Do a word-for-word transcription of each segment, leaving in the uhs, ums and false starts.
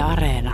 Areena.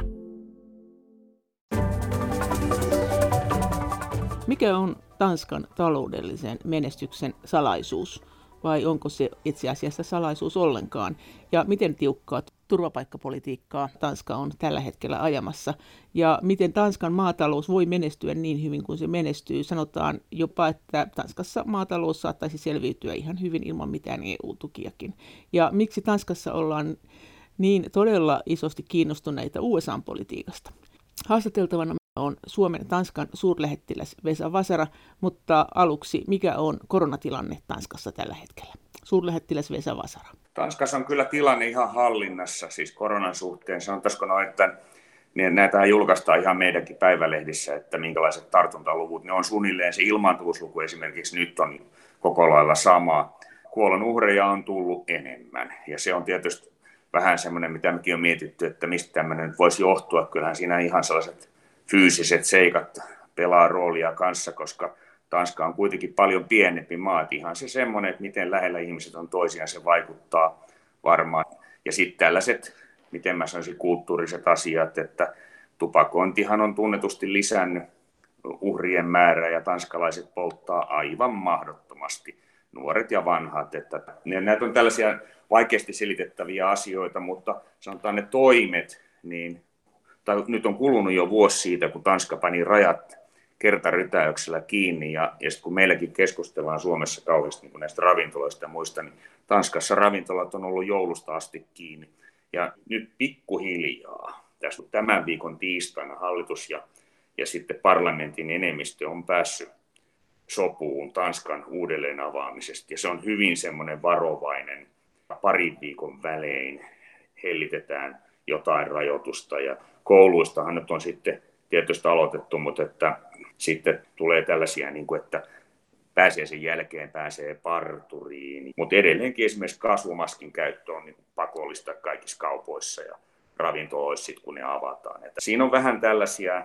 Mikä on Tanskan taloudellisen menestyksen salaisuus? Vai onko se itse asiassa salaisuus ollenkaan? Ja miten tiukkaa turvapaikkapolitiikkaa Tanska on tällä hetkellä ajamassa? Ja miten Tanskan maatalous voi menestyä niin hyvin kuin se menestyy? Sanotaan jopa, että Tanskassa maatalous saattaisi selviytyä ihan hyvin ilman mitään E U-tukiakin. Ja miksi Tanskassa ollaan niin todella isosti kiinnostuneita U S A-politiikasta? Haastateltavana on Suomen ja Tanskan suurlähettiläs Vesa Vasara, mutta aluksi, mikä on koronatilanne Tanskassa tällä hetkellä? Suurlähettiläs Vesa Vasara. Tanskassa on kyllä tilanne ihan hallinnassa, siis koronan suhteen. Sanotaanko noin, että näitä julkaistaan ihan meidänkin päivälehdissä, että minkälaiset tartuntaluvut. Ne on suunnilleen, se ilmaantuvuusluku esimerkiksi nyt on koko lailla sama. Kuolonuhreja on tullut enemmän ja se on tietysti vähän semmoinen, mitä mekin on mietitty, että mistä tämmöinen voisi johtua. Kyllähän siinä ihan sellaiset fyysiset seikat pelaa roolia kanssa, koska Tanska on kuitenkin paljon pienempi maa. Ihan se semmoinen, että miten lähellä ihmiset on toisiaan, se vaikuttaa varmaan. Ja sitten tällaiset, miten mä sanoisin, kulttuuriset asiat, että tupakointihan on tunnetusti lisännyt uhrien määrää ja tanskalaiset polttaa aivan mahdottomasti, nuoret ja vanhat. Että näitä on tällaisia vaikeasti selitettäviä asioita, mutta sanotaan ne toimet, niin tai nyt on kulunut jo vuosi siitä, kun Tanska pani rajat kertarytäyksellä kiinni, ja, ja sitten kun meilläkin keskustellaan Suomessa kauheasti niin näistä ravintoloista ja muista, niin Tanskassa ravintolat on ollut joulusta asti kiinni. Ja nyt pikkuhiljaa, tässä tämän viikon tiistaina hallitus ja, ja sitten parlamentin enemmistö on päässyt sopuun Tanskan uudelleen avaamisesta, ja se on hyvin semmoinen varovainen, parin viikon välein hellitetään jotain rajoitusta, ja kouluistahan nyt on sitten tietysti aloitettu, mutta että sitten tulee tällaisia, niin kuin, että pääsee sen jälkeen, pääsee parturiin. Mutta edelleenkin esimerkiksi kasvomaskin käyttö on niin pakollista kaikissa kaupoissa ja ravintoloissa, kun ne avataan. Että siinä on vähän tällaisia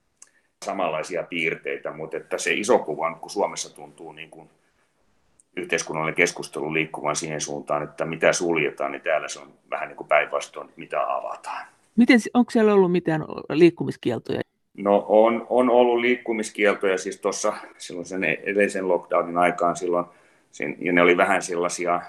samanlaisia piirteitä, mutta että se iso kuva, kun Suomessa tuntuu niin kuin yhteiskunnallinen keskustelu liikkuvan siihen suuntaan, että mitä suljetaan, niin täällä se on vähän niin kuin päinvastoin, mitä avataan. Miten, onko siellä ollut mitään liikkumiskieltoja? No on, on ollut liikkumiskieltoja siis tuossa silloin sen edellisen lockdownin aikaan silloin, ja ne oli vähän sellaisia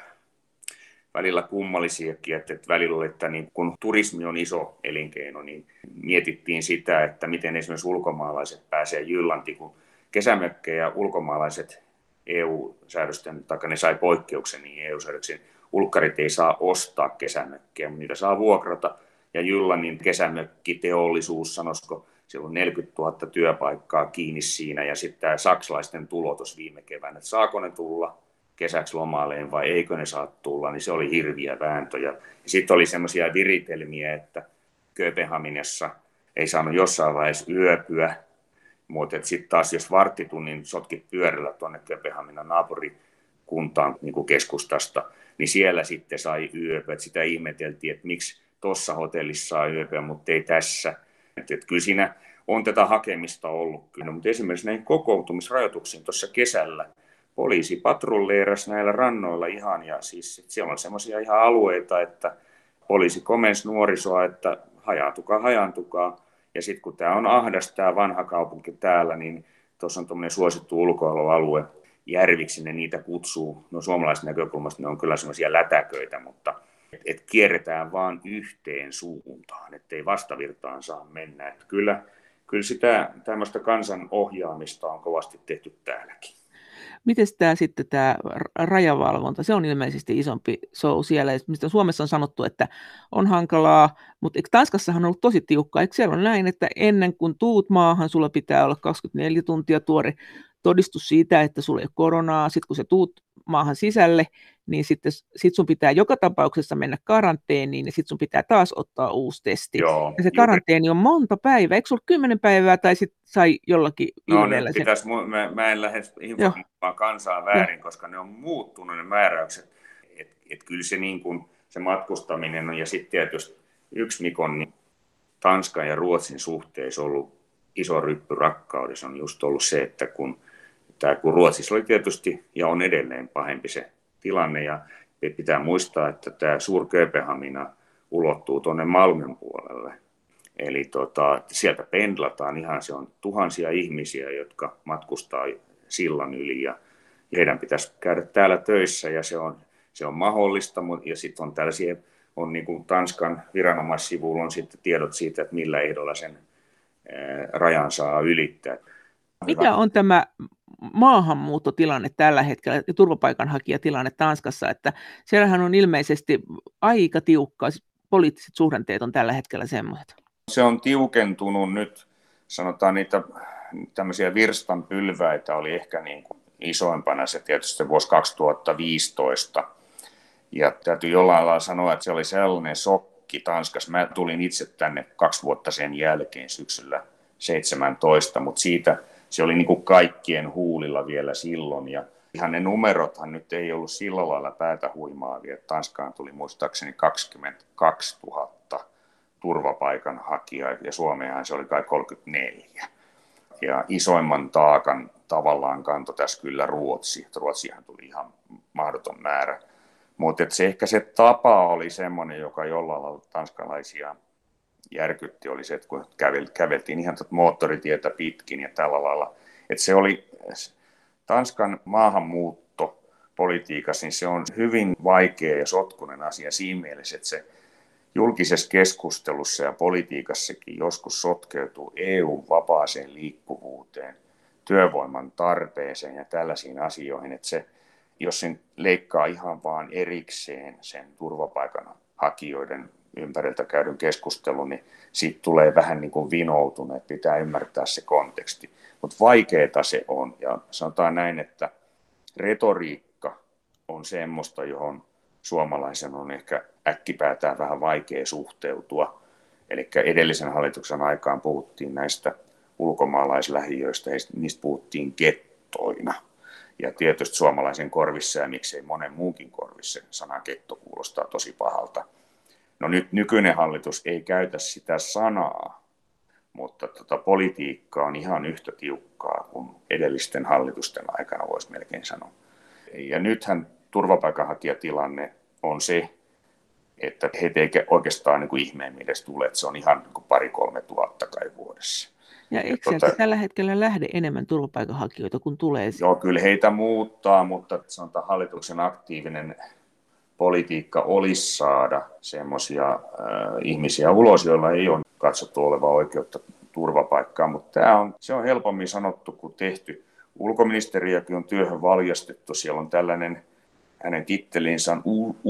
välillä kummallisiakin, että, että välillä, että niin kun turismi on iso elinkeino, niin mietittiin sitä, että miten esimerkiksi ulkomaalaiset pääsee Jyllantiin, kun kesämökkejä ulkomaalaiset E U-säädösten, tai ne sai poikkeuksen niin E U-säädöksiin, ulkkarit ei saa ostaa kesämökkejä, mutta niitä saa vuokrata. Ja Jyllannin kesämökkiteollisuus, sanoisiko, siellä on neljäkymmentätuhatta työpaikkaa kiinni siinä, ja sitten tämä saksalaisten tulo tuossa viime keväänä, että saako ne tulla kesäksi lomalleen vai eikö ne saa tulla, niin se oli hirviä vääntö. Ja sitten oli semmoisia viritelmiä, että Kööpenhaminassa ei saanut jossain vaiheessa yöpyä, mutta sitten taas jos varttitunnin sotkit pyörällä tuonne Kööpenhaminan naapurikuntaan niin kuin keskustasta, niin siellä sitten sai yöpyä. Sitä ihmeteltiin, että miksi tuossa hotellissa saa yöpyä, mutta ei tässä. Että kyllä siinä on tätä hakemista ollut kyllä, mutta esimerkiksi näihin kokoontumisrajoituksiin tuossa kesällä poliisi patrulleerasi näillä rannoilla ihan, ja siis siellä on semmoisia ihan alueita, että poliisi komensi nuorisoa, että hajaantukaa, hajaantukaa, ja sitten kun tämä on ahdas, tämä vanha kaupunki täällä, niin tuossa on tuommoinen suosittu ulkoilualue, järviksi ne niitä kutsuu, no suomalaisen näkökulmasta ne on kyllä semmoisia lätäköitä, mutta että et kierretään vaan yhteen suuntaan, ettei vastavirtaan saa mennä. Että kyllä, kyllä sitä tämmöistä kansan ohjaamista on kovasti tehty täälläkin. Miten tämä sitten tämä rajavalvonta, se on ilmeisesti isompi show siellä, mistä Suomessa on sanottu, että on hankalaa, mutta eikö Tanskassahan on ollut tosi tiukkaa, eikö siellä on näin, että ennen kuin tuut maahan, sulla pitää olla kaksikymmentäneljä tuntia tuore todistus siitä, että sulla ei ole koronaa, sitten kun sä tuut maahan sisälle, niin sitten sit sun pitää joka tapauksessa mennä karanteeniin, ja sitten sun pitää taas ottaa uusi testi. Joo, ja se karanteeni on monta päivää, eikö sulla kymmenen päivää, tai sitten sai jollakin no, ilmeellä sen? Pitäisi, mä, mä en lähde informoimaan kansaa väärin, Joo. koska ne on muuttunut ne määräykset. Että et kyllä se, niin kun, se matkustaminen on, ja sitten tietysti yksi Mikon, niin Tanskan ja Ruotsin suhteessa ollut iso ryppy rakkaudessa on just ollut se, että kun, tää, kun Ruotsissa oli tietysti ja on edelleen pahempi se tilanne, ja pitää muistaa, että tämä Suur-Kööpenhamina ulottuu tuonne Malmön puolelle, Eli tota, sieltä pendlataan ihan, se on tuhansia ihmisiä, jotka matkustaa sillan yli ja heidän pitäisi käydä täällä töissä ja se on, se on mahdollista, ja sitten on tällaisia, on niin kuin Tanskan viranomaissivuilla on sitten tiedot siitä, että millä ehdolla sen rajan saa ylittää. Mikä on tämä maahanmuuttotilanne tällä hetkellä ja turvapaikanhakijatilanne Tanskassa, että siellähän on ilmeisesti aika tiukka, poliittiset suhdanteet on tällä hetkellä semmoiset. Se on tiukentunut nyt, sanotaan niitä tämmöisiä virstanpylväitä oli ehkä niin kuin isoimpana se tietysti vuosi kaksituhattaviisitoista. Ja täytyy jollain lailla sanoa, että se oli sellainen shokki Tanskassa. Mä tulin itse tänne kaksi vuotta sen jälkeen syksyllä seitsemäntoista, mutta siitä se oli niin kuin kaikkien huulilla vielä silloin. Ja ihan ne numerothan nyt ei ollut sillä lailla päätä huimaavia. Tanskaan tuli muistaakseni kaksikymmentäkaksituhatta turvapaikanhakijaa ja Suomeenhan se oli kai kolmekymmentäneljä. Ja isoimman taakan tavallaan kantoi tässä kyllä Ruotsi. Ruotsihan tuli ihan mahdoton määrä. Mutta se ehkä se tapa oli semmoinen, joka jollain lailla tanskalaisia järkytti, oli se, että kun käveltiin ihan moottoritietä pitkin ja tällä lailla. Että se oli Tanskan maahanmuuttopolitiikassa, niin se on hyvin vaikea ja sotkunen asia siinä mielessä, että se julkisessa keskustelussa ja politiikassakin joskus sotkeutuu E U:n vapaaseen liikkuvuuteen, työvoiman tarpeeseen ja tällaisiin asioihin, että se, jos sen leikkaa ihan vaan erikseen sen turvapaikanhakijoiden ympäriltä käydyn keskustelun, niin siitä tulee vähän niin kuin vinoutunut, että pitää ymmärtää se konteksti. Mutta vaikeaa se on, ja sanotaan näin, että retoriikka on semmoista, johon suomalaisen on ehkä äkkipäätään vähän vaikea suhteutua. Eli edellisen hallituksen aikaan puhuttiin näistä ulkomaalaislähiöistä, niistä puhuttiin gettoina. Ja tietysti suomalaisen korvissa ja miksei monen muunkin korvissa sana getto kuulostaa tosi pahalta. No nyt nykyinen hallitus ei käytä sitä sanaa, mutta tota, politiikka on ihan yhtä tiukkaa kuin edellisten hallitusten aikana, voisi melkein sanoa. Ja nythän turvapaikanhakijatilanne on se, että heitä ei oikeastaan niin kuin ihmeemmin edes tule, että se on ihan niin kuin pari-kolme tuhatta kai vuodessa. Ja eikö sieltä tota, tällä hetkellä lähde enemmän turvapaikanhakijoita kuin tulee? Joo, kyllä heitä muuttaa, mutta sanotaan hallituksen aktiivinen politiikka olisi saada semmoisia äh, ihmisiä ulos, joilla ei ole katsottu olevaa oikeutta turvapaikkaan, mutta tämä on, se on helpommin sanottu kuin tehty. Ulkoministeriökin on työhön valjastettu, siellä on tällainen, hänen tittelinsä on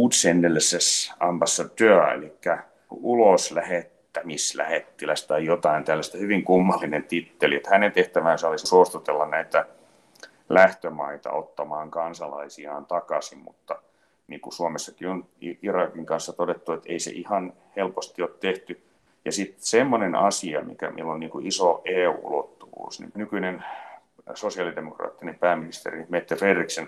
utsändellisesambassadör, eli ulos lähettämislähettiläs tai jotain tällaista hyvin kummallinen titteli, että hänen tehtävänsä olisi suostutella näitä lähtömaita ottamaan kansalaisiaan takaisin, mutta niin kuin Suomessakin on Irakin kanssa todettu, että ei se ihan helposti ole tehty. Ja sitten semmoinen asia, mikä meillä on niin kuin iso E U-ulottuvuus, niin nykyinen sosiaalidemokraattinen pääministeri Mette Frederiksen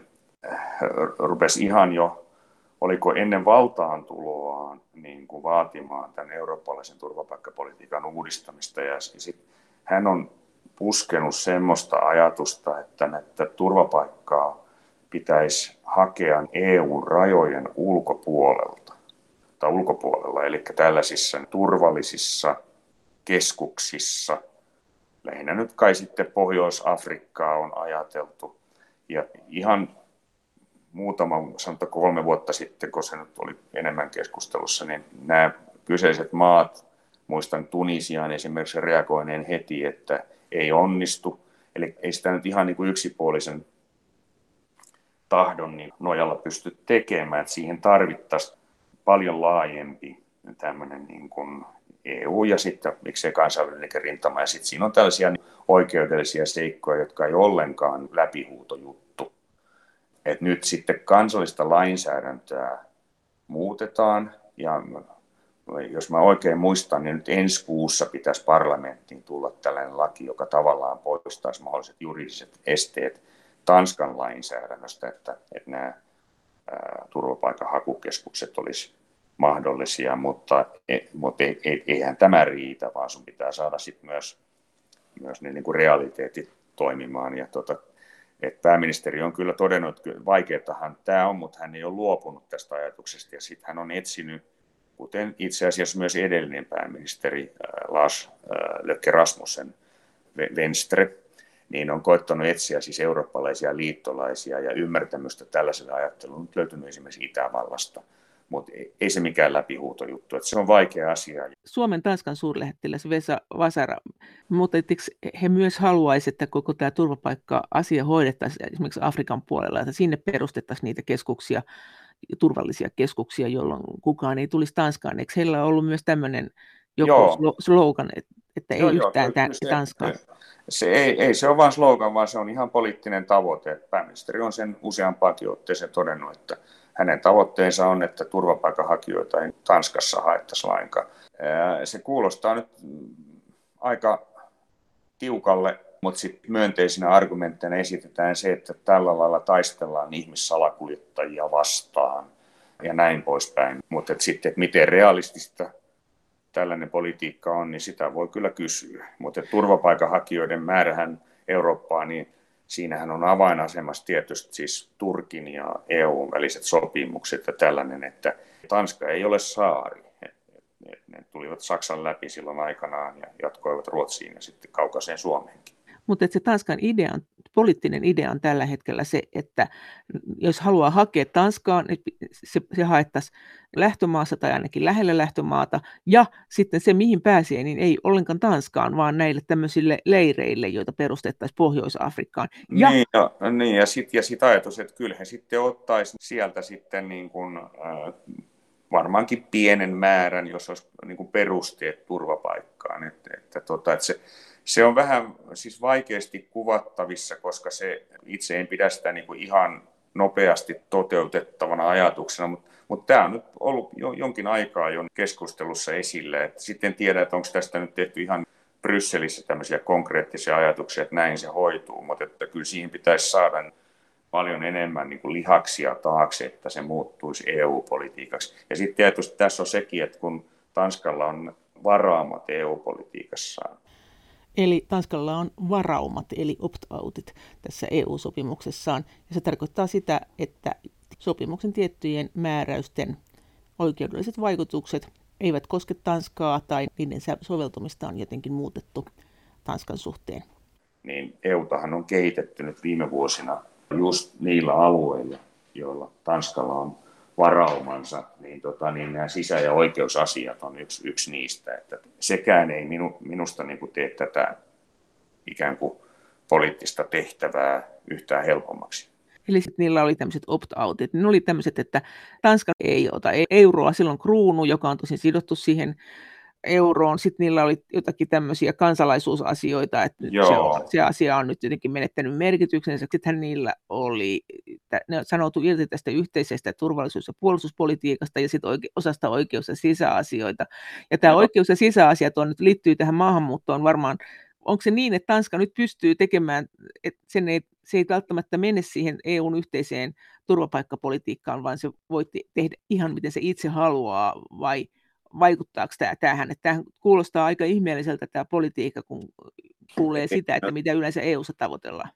rupesi ihan jo, oliko ennen valtaantuloaan, niin kuin vaatimaan tämän eurooppalaisen turvapaikkapolitiikan uudistamista. Ja sit hän on puskenut semmoista ajatusta, että näitä turvapaikkaa pitäisi hakea E U-rajojen ulkopuolelta tai ulkopuolella, eli tällaisissa turvallisissa keskuksissa. Lähinnä nyt kai sitten Pohjois-Afrikkaa on ajateltu. Ja ihan muutama, sanotaan kolme vuotta sitten, kun se nyt oli enemmän keskustelussa, niin nämä kyseiset maat, muistan Tunisiaan esimerkiksi reagoineen heti, että ei onnistu. Eli ei sitä nyt ihan niin kuin yksipuolisen tahdon niin nojalla pysty tekemään, että siihen tarvittaisiin paljon laajempi tämmöinen niin kuin E U ja sitten miksei kansainvälinen rintama. Ja sitten siinä on tällaisia oikeudellisia seikkoja, jotka ei ollenkaan läpihuutojuttu. Et nyt sitten kansallista lainsäädäntöä muutetaan ja jos mä oikein muistan, niin nyt ensi kuussa pitäisi parlamenttiin tulla tällainen laki, joka tavallaan poistaisi mahdolliset juridiset esteet Tanskan lainsäädännöstä, että, että nämä ää, turvapaikanhakukeskukset olisi mahdollisia, mutta, mutta eihän tämä riitä, vaan sun pitää saada sitten myös, myös ne niin kuin realiteetit toimimaan. Ja tota, että pääministeri on kyllä todennut, että vaikeatahan tämä on, mutta hän ei ole luopunut tästä ajatuksesta ja sitten hän on etsinyt kuten itse asiassa myös edellinen pääministeri Lars Løkke Rasmussen, Venstre, niin on koettanut etsiä siis eurooppalaisia liittolaisia ja ymmärtämystä tällaiselle ajattelulle. On löytynyt esimerkiksi Itävallasta, mutta ei se mikään läpihuutojuttu. Että se on vaikea asia. Suomen Tanskan suurlähettiläs Vesa Vasara, mutta he myös haluaisivat, että koko tämä turvapaikka-asia hoidettaisiin esimerkiksi Afrikan puolella, että sinne perustettaisiin niitä keskuksia, turvallisia keskuksia, jolloin kukaan ei tulisi Tanskaan. Eikö heillä ollut myös tämmöinen joku joo. slogan, että ei joo, yhtään joo, se, Tanskaan? Se ei, ei se ole vain slogan, vaan se on ihan poliittinen tavoite. Pääministeri on sen useampaankin otteeseen todennut, että hänen tavoitteensa on, että turvapaikanhakijoita ei Tanskassa haettaisi lainkaan. Se kuulostaa nyt aika tiukalle, mutta sitten myönteisenä argumentteina esitetään se, että tällä lailla taistellaan ihmissalakuljettajia vastaan ja näin poispäin. Mutta sitten, että miten realistista tällainen politiikka on, niin sitä voi kyllä kysyä. Mutta turvapaikanhakijoiden määrähän Eurooppaan, niin siinähän on avainasemassa tietysti siis Turkin ja E U:n väliset sopimukset ja tällainen, että Tanska ei ole saari. Ne tulivat Saksan läpi silloin aikanaan ja jatkoivat Ruotsiin ja sitten kaukaiseen Suomeenkin. Mutta se Tanskan idea on, poliittinen idea on tällä hetkellä se, että jos haluaa hakea Tanskaan, niin se, se haettaisiin lähtömaassa tai ainakin lähellä lähtömaata. Ja sitten se, mihin pääsee, niin ei ollenkaan Tanskaan, vaan näille tämmöisille leireille, joita perustettaisiin Pohjois-Afrikkaan. Ja niin, ja, niin, ja sitten ja sit ajatus, että kyllä he sitten ottaisiin sieltä sitten niin kuin, äh, varmaankin pienen määrän, jos olisi niin kuin perusteet turvapaikkaan. Että, että, tota, että se, se on vähän siis vaikeasti kuvattavissa, koska se itse en pidä sitä niin kuin ihan nopeasti toteutettavana ajatuksena, mutta, mutta tämä on nyt ollut jo, jonkin aikaa jo keskustelussa esillä. Että sitten en tiedä, että onko tästä nyt tehty ihan Brysselissä tämmöisiä konkreettisia ajatuksia, että näin se hoituu, mutta että kyllä siihen pitäisi saada paljon enemmän niin kuin lihaksia taakse, että se muuttuisi E U-politiikaksi. Ja sitten tietysti tässä on sekin, että kun Tanskalla on varaamat E U-politiikassaan. Eli Tanskalla on varaumat, eli opt-outit tässä E U-sopimuksessaan. Ja se tarkoittaa sitä, että sopimuksen tiettyjen määräysten oikeudelliset vaikutukset eivät koske Tanskaa tai niiden soveltumista on jotenkin muutettu Tanskan suhteen. Niin E U:tahan on kehitetty nyt viime vuosina just niillä alueilla, joilla Tanskalla on varaumansa, niin, tota, niin nämä sisä- ja oikeusasiat on yksi, yksi niistä. Että sekään ei minu, minusta niin kuin tee tätä ikään kuin poliittista tehtävää yhtään helpommaksi. Eli sitten niillä oli tämmöiset opt-outit. Ne oli tämmöiset, että Tanska ei ota euroa, silloin kruunu, joka on tosin sidottu siihen euroon. Sitten niillä oli jotakin tämmöisiä kansalaisuusasioita, että se, on, se asia on nyt jotenkin menettänyt merkityksensä. Sittenhän niillä oli, ne sanoutu irti tästä yhteisestä turvallisuus- ja puolustuspolitiikasta ja sitten oike, osasta oikeus- ja sisäasioita. Ja tämä oikeus- ja sisäasiat on nyt liittyy tähän maahanmuuttoon varmaan. Onko se niin, että Tanska nyt pystyy tekemään, että sen ei, se ei välttämättä mene siihen E U:n yhteiseen turvapaikkapolitiikkaan, vaan se voi tehdä ihan miten se itse haluaa, vai vaikuttaako tämä tähän? Että tämä kuulostaa aika ihmeelliseltä tämä politiikka, kun kuulee sitä, että mitä yleensä E U:ssa tavoitellaan.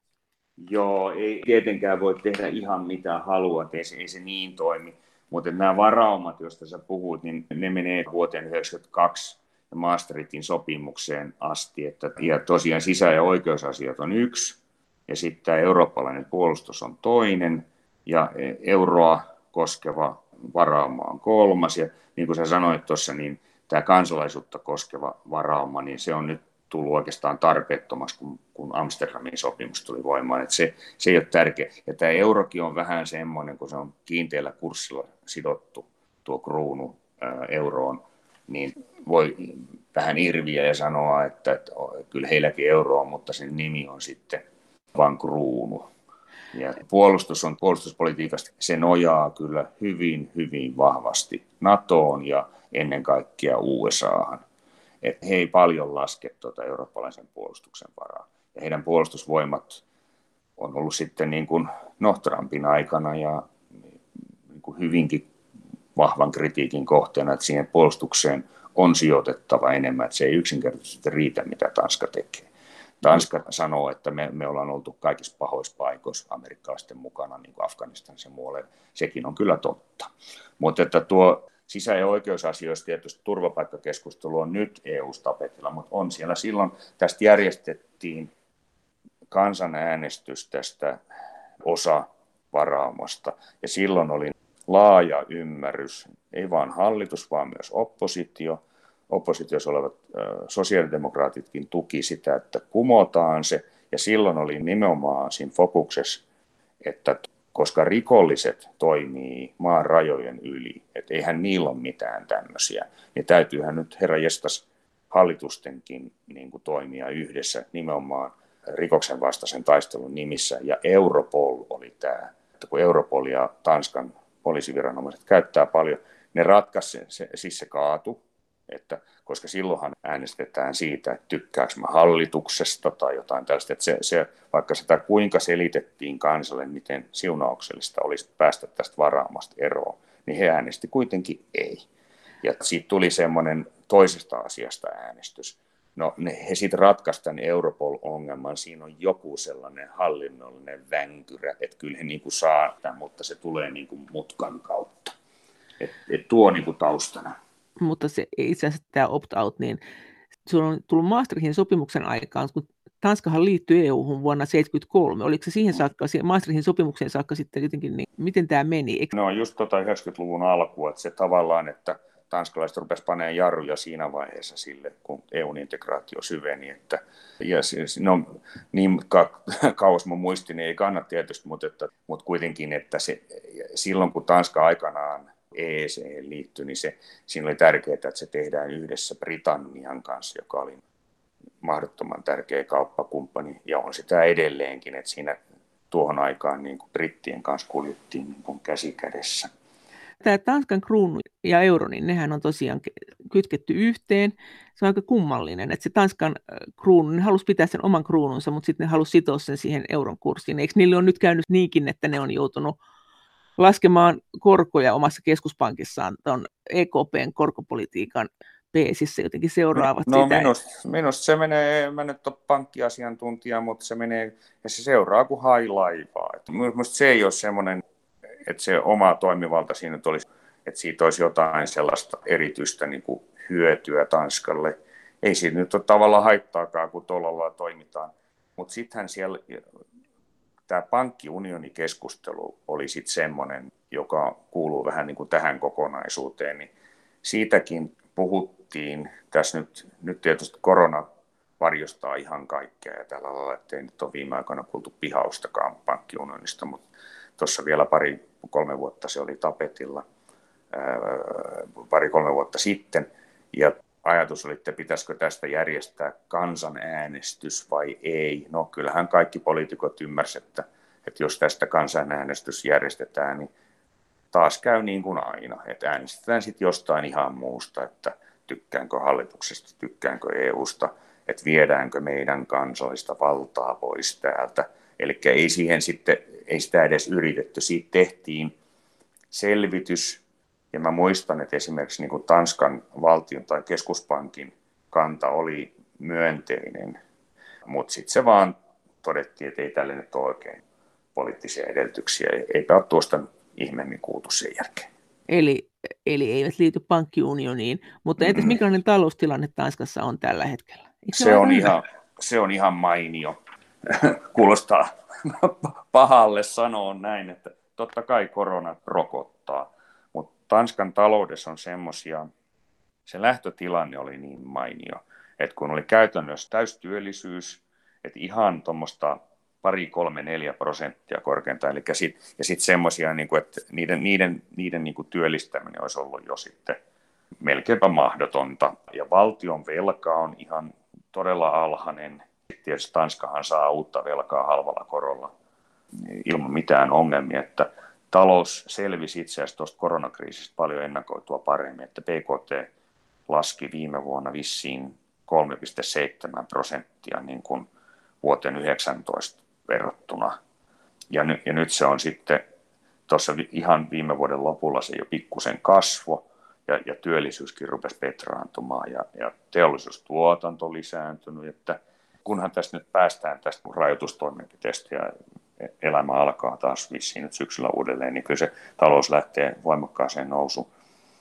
Joo, ei tietenkään voi tehdä ihan mitä haluat, ei se, ei se niin toimi. Mutta nämä varaumat, joista sä puhut, niin ne menee vuoteen yhdeksänkymmentäkaksi ja Maastrichtin sopimukseen asti. Että, ja tosiaan sisä- ja oikeusasiat on yksi, ja sitten tämä eurooppalainen puolustus on toinen, ja euroa koskeva varauma on kolmas, ja niin kuin sä sanoit tuossa, niin tämä kansalaisuutta koskeva varauma, niin se on nyt tullut oikeastaan tarpeettomaksi, kun, kun Amsterdamin sopimus tuli voimaan, että se, se ei ole tärkeä. Ja tämä eurokin on vähän semmoinen, kun se on kiinteällä kurssilla sidottu tuo kruunu ää, euroon, niin voi vähän irviä ja sanoa, että, että kyllä heilläkin euro on, mutta sen nimi on sitten vain kruunu. Ja puolustus on puolustuspolitiikasta, se nojaa kyllä hyvin, hyvin vahvasti NATOon ja ennen kaikkea U S A:han. Että he ei paljon laske tuota eurooppalaisen puolustuksen varaan. Ja heidän puolustusvoimat on ollut sitten niin kuin no, Trumpin aikana ja niin kuin hyvinkin vahvan kritiikin kohteena, että siihen puolustukseen on sijoitettava enemmän, että se ei yksinkertaisesti riitä, mitä Tanska tekee. Tanska sanoo, että me, me ollaan oltu kaikissa pahoissa paikoissa amerikkalaisten mukana, niin kuin Afganistanissa ja muualle. Sekin on kyllä totta. Mutta että tuo Sisä- ja oikeusasioista tietysti turvapaikkakeskustelu on nyt E U-tapetilla, mutta on siellä silloin, tästä järjestettiin kansanäänestys tästä osavaraumasta, ja silloin oli laaja ymmärrys, ei vain hallitus, vaan myös oppositio. Oppositiossa olevat sosiaalidemokraatitkin tuki sitä, että kumotaan se, ja silloin oli nimenomaan siinä fokuksessa, että koska rikolliset toimii maan rajojen yli, että eihän niillä ole mitään tämmöisiä, niin täytyyhän nyt herra jestas hallitustenkin niin kuin toimia yhdessä nimenomaan rikoksen vastaisen taistelun nimissä, ja Europol oli tämä, että kun Europol ja Tanskan poliisiviranomaiset käyttää paljon, ne ratkaisi, se, siis se kaatu, että, koska silloinhan äänestetään siitä, että tykkääkö mä hallituksesta tai jotain tällaista, että se, se, vaikka sitä kuinka selitettiin kansalle, miten siunauksellista olisi päästä tästä varaamasta eroon, niin he äänesti kuitenkin ei. Ja siitä tuli semmoinen toisesta asiasta äänestys. No ne, he sitten ratkaisivat tämän Europol-ongelman, siinä on joku sellainen hallinnollinen vänkyrä, että kyllä he niin kuin saa tämän, mutta se tulee niin kuin mutkan kautta. Et, et tuo niin kuin taustana. Mutta se, itse asiassa tämä opt-out, niin se on tullut Maastrichtin sopimuksen aikaan, kun Tanskahan liittyi E U-hun vuonna tuhatyhdeksänsataaseitsemänkymmentäkolme. Oliko se siihen saakka, Maastrichtin sopimukseen saakka sitten jotenkin, niin miten tämä meni? Eikö... No just tota yhdeksänkymmentäluvun alkua, että se tavallaan, että tanskalaiset rupesivat panemaan jarruja siinä vaiheessa sille, kun E U-integraatio syveni. Että, ja siis, no, niin ka- kauas mun muistin, niin ei kannata tietysti, mutta, että, mutta kuitenkin, että se, silloin kun Tanska aikanaan E E C liittyi, niin se, siinä oli tärkeää, että se tehdään yhdessä Britannian kanssa, joka oli mahdottoman tärkeä kauppakumppani, ja on sitä edelleenkin, että siinä tuohon aikaan niin kuin brittien kanssa kuljettiin niin kuin käsi kädessä. Tämä Tanskan kruunu ja euro, niin nehän on tosiaan kytketty yhteen. Se on aika kummallinen, että se Tanskan kruunu, ne halusi pitää sen oman kruununsa, mutta sitten ne halusi sitoa sen siihen euron kurssiin. Eikö niille ole nyt käynyt niinkin, että ne on joutunut laskemaan korkoja omassa keskuspankissaan tuon E K P:n korkopolitiikan peesissä jotenkin seuraavat no, sitä? No minusta, minusta se menee, mä nyt ole pankkiasiantuntija, mutta se menee, ja se seuraa kuin hailaivaa. Minusta se ei ole semmoinen, että se oma toimivalta siinä nyt olisi, että siitä olisi jotain sellaista erityistä niin kuin hyötyä Tanskalle. Ei siitä nyt ole tavallaan haittaakaan, kun tuolla lailla toimitaan. Mutta sittenhän siellä tämä pankkiunionikeskustelu oli sitten semmoinen, joka kuuluu vähän niin kuin tähän kokonaisuuteen, niin siitäkin puhuttiin. Tässä nyt, nyt tietysti korona varjostaa ihan kaikkea ja tällä lailla, ettei nyt ole viime aikoina kuultu pihaustakaan pankkiunionista, mutta tuossa vielä pari, kolme vuotta se oli tapetilla, pari-kolme vuotta sitten, ja ajatus oli, että pitäisikö tästä järjestää kansanäänestys vai ei. No kyllähän kaikki poliitikot ymmärsivät, että, että jos tästä kansanäänestys järjestetään, niin taas käy niin kuin aina, että äänestetään sitten jostain ihan muusta, että tykkäänkö hallituksesta, tykkäänkö E Usta, että viedäänkö meidän kansallista valtaa pois täältä. Eli ei siihen sitten, ei sitä edes yritetty. Siitä tehtiin selvitys, ja mä muistan, että esimerkiksi niin kuin Tanskan valtion tai keskuspankin kanta oli myönteinen, mutta sitten se vaan todettiin, että ei tälle nyt ole oikein poliittisia edellytyksiä. Eipä ole tuosta ihmeemmin kuultu sen jälkeen. Eli, eli eivät liity pankkiunioniin, mutta entäs minkälainen taloustilanne Tanskassa on tällä hetkellä? Se, se, on ihan, se on ihan mainio. Kuulostaa pahalle sanoa näin, että totta kai korona rokottaa, mutta Tanskan taloudessa on semmoisia, se lähtötilanne oli niin mainio, että kun oli käytännössä täystyöllisyys, että ihan tuommoista pari, kolme, neljä prosenttia korkeintaan, eli sit, ja sitten semmoisia, niin että niiden, niiden, niiden niin kuin työllistäminen olisi ollut jo sitten melkeinpä mahdotonta, ja valtion velka on ihan todella alhainen. Tietysti Tanskahan saa uutta velkaa halvalla korolla ilman mitään ongelmia, että talous selvisi itse asiassa tuosta koronakriisistä paljon ennakoitua paremmin, että B K T laski viime vuonna vissiin kolme pilkku seitsemän prosenttia niin kuin vuoteen yhdeksäntoista verrattuna. Ja, ny, ja nyt se on sitten tuossa ihan viime vuoden lopulla se jo pikkusen kasvo ja, ja työllisyyskin rupesi petraantumaan ja, ja teollisuustuotanto on lisääntynyt, että kunhan tästä nyt päästään tästä rajoitustoimenpiteestä ja elämä alkaa taas vissiin nyt syksyllä uudelleen, niin kyllä se talous lähtee voimakkaaseen nousuun.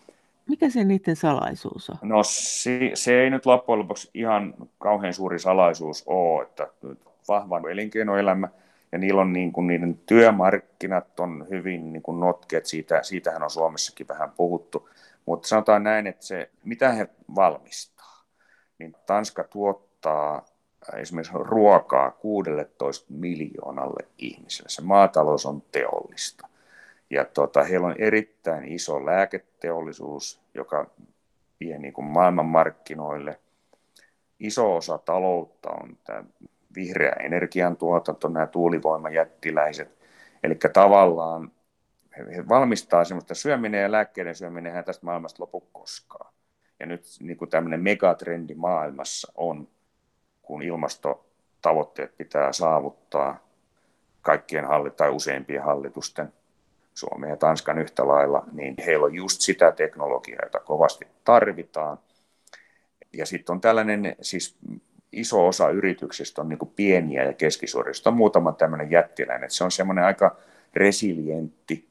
Mikä se niiden salaisuus on? No se, se ei nyt loppujen lopuksi ihan kauhean suuri salaisuus ole, että vahva elinkeinoelämä ja niillä on niin kuin, niiden työmarkkinat on hyvin niin kuin notkeet, siitä, siitähän on Suomessakin vähän puhuttu, mutta sanotaan näin, että se mitä he valmistaa, niin Tanska tuottaa esimerkiksi ruokaa kuusitoista miljoonalle ihmiselle, se maatalous on teollista. Ja tota, heillä on erittäin iso lääketeollisuus, joka vie niin kuin maailmanmarkkinoille. Iso osa taloutta on tämä vihreä energiantuotanto, nämä tuulivoimajättiläiset. Eli tavallaan he valmistaa sellaista syöminen ja lääkkeiden syöminen eihän tästä maailmasta lopu koskaan. Ja nyt niin kuin tämmöinen megatrendi maailmassa on, kun ilmastotavoitteet pitää saavuttaa kaikkien hallit- tai useimpien hallitusten, Suomen ja Tanskan yhtä lailla, niin heillä on just sitä teknologiaa, jota kovasti tarvitaan. Ja sitten on tällainen, siis iso osa yrityksistä on niin kuin pieniä ja keskisuuria, on muutama tämmöinen jättiläinen, että se on semmoinen aika resilientti.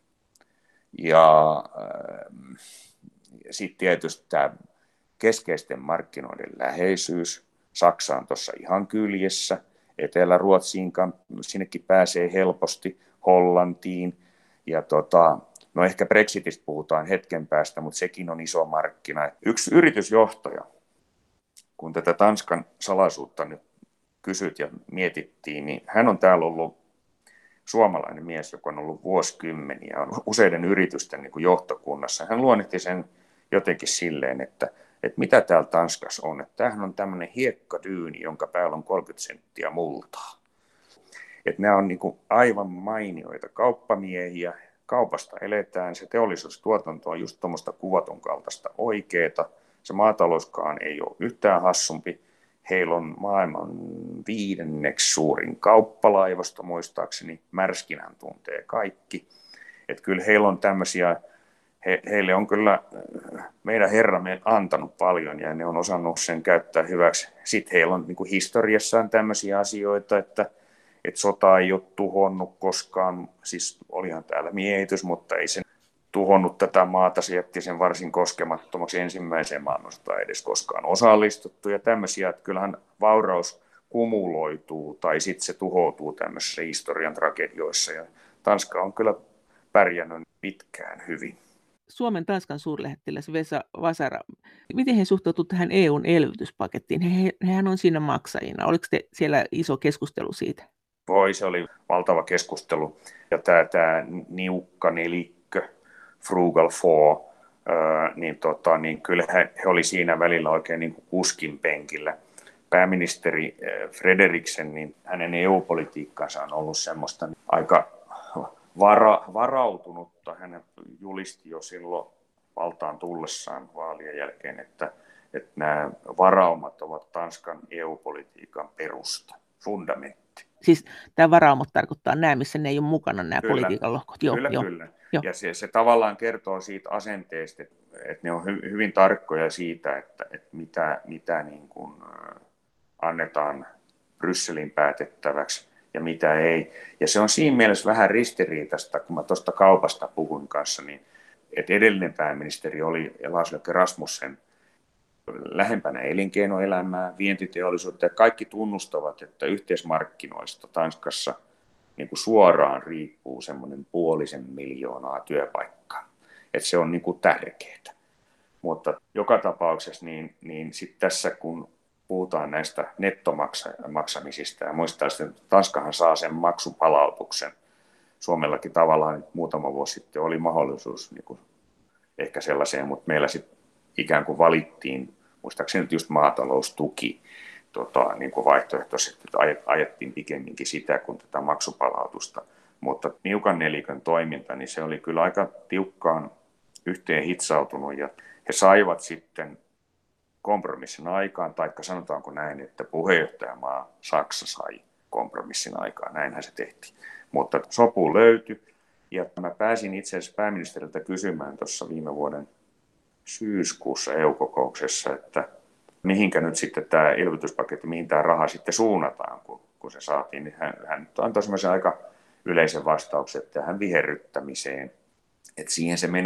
Ja äh, sitten tietysti tämä keskeisten markkinoiden läheisyys, Saksa on tuossa ihan kyljessä, Etelä-Ruotsiin, sinnekin pääsee helposti, Hollantiin. Ja tota, no ehkä Brexitistä puhutaan hetken päästä, mutta sekin on iso markkina. Yksi yritysjohtaja, kun tätä Tanskan salaisuutta nyt kysyt ja mietittiin, niin hän on täällä ollut suomalainen mies, joka on ollut vuosikymmeniä, on useiden yritysten niin kuin johtokunnassa. Hän luonnehti sen jotenkin silleen, että, että mitä täällä Tanskassa on. Että tämähän on tämmöinen hiekkadyyni, jonka päällä on kolmekymmentä senttiä multaa. Että nämä on niin kuin aivan mainioita kauppamiehiä, kaupasta eletään, se teollisuustuotanto on just tuommoista kuvatun kaltaista oikeeta, se maatalouskaan ei ole yhtään hassumpi, heillä on maailman viidenneksi suurin kauppalaivasto muistaakseni, Märskinhän tuntee kaikki, että kyllä heillä on tämmöisiä, he, heille on kyllä meidän herramme antanut paljon ja ne on osannut sen käyttää hyväksi. Sitten heillä on niin kuin historiassaan tämmöisiä asioita, että että sota ei ole tuhonnut koskaan, siis olihan täällä miehitys, mutta ei se tuhonnut tätä maata, se jätti sen varsin koskemattomaksi ensimmäiseen maailmansotaan edes koskaan osallistuttu, ja tämmöisiä, että kyllähän vauraus kumuloituu, tai sitten se tuhoutuu tämmöisissä historian tragedioissa, ja Tanska on kyllä pärjännyt pitkään hyvin. Suomen Tanskan suurlähettiläs Vesa Vasara, miten he suhtautuvat tähän E U:n elvytyspakettiin? He, hehän on siinä maksajina. Oliko te siellä iso keskustelu siitä? Voi, se oli valtava keskustelu. Ja tämä, tämä niukka nelikkö, frugal four, ää, niin, tota, niin kyllä he, he oli siinä välillä oikein niin kuin kuskin penkillä. Pääministeri Frederiksen, niin hänen E U-politiikkansa on ollut semmoista aika vara, varautunutta. Hän julisti jo silloin valtaan tullessaan vaalien jälkeen, että, että nämä varaumat ovat Tanskan E U-politiikan perusta, fundamentti. Siis tämä varaumat tarkoittaa nämä, missä ne ei ole mukana, nämä kyllä, politiikan lohkot. Joo, kyllä, jo, kyllä. Jo. Ja se, se tavallaan kertoo siitä asenteesta, että, että ne on hy, hyvin tarkkoja siitä, että, että mitä, mitä niin kuin annetaan Brysselin päätettäväksi ja mitä ei. Ja se on siinä mielessä vähän ristiriitaista, kun mä tuosta kaupasta puhuin kanssa, niin että edellinen pääministeri oli Lars Løkke Rasmussen lähempänä elinkeinoelämää, vientiteollisuutta, ja kaikki tunnustavat, että yhteismarkkinoista Tanskassa niin kuin suoraan riippuu semmoinen puolisen miljoonaa työpaikkaa. Että se on niin kuin tärkeää. Mutta joka tapauksessa niin, niin sit tässä kun puhutaan näistä nettomaksamisista ja muistaa, että Tanskahan saa sen maksupalautuksen. Suomellakin tavallaan muutama vuosi sitten oli mahdollisuus niin kuin ehkä sellaiseen, mutta meillä sitten ikään kuin valittiin, muistaakseni nyt just maataloustuki tota, niin kuin vaihtoehtoisesti, että ajettiin pikemminkin sitä kuin tätä maksupalautusta. Mutta niukan nelikön toiminta, niin se oli kyllä aika tiukkaan yhteen hitsautunut ja he saivat sitten kompromissin aikaan, taikka sanotaanko näin, että puheenjohtajamaa Saksa sai kompromissin aikaan, näinhän se tehtiin. Mutta sopu löytyi ja mä pääsin itse asiassa pääministeriltä kysymään tuossa viime vuoden syyskuussa E U-kokouksessa, että mihinkä nyt sitten tämä elvytyspaketti, mihin tämä raha sitten suunnataan, kun, kun se saatiin, niin hän, hän antoi semmoisen aika yleisen vastauksen tähän viherryttämiseen, että siihen se menee, mutta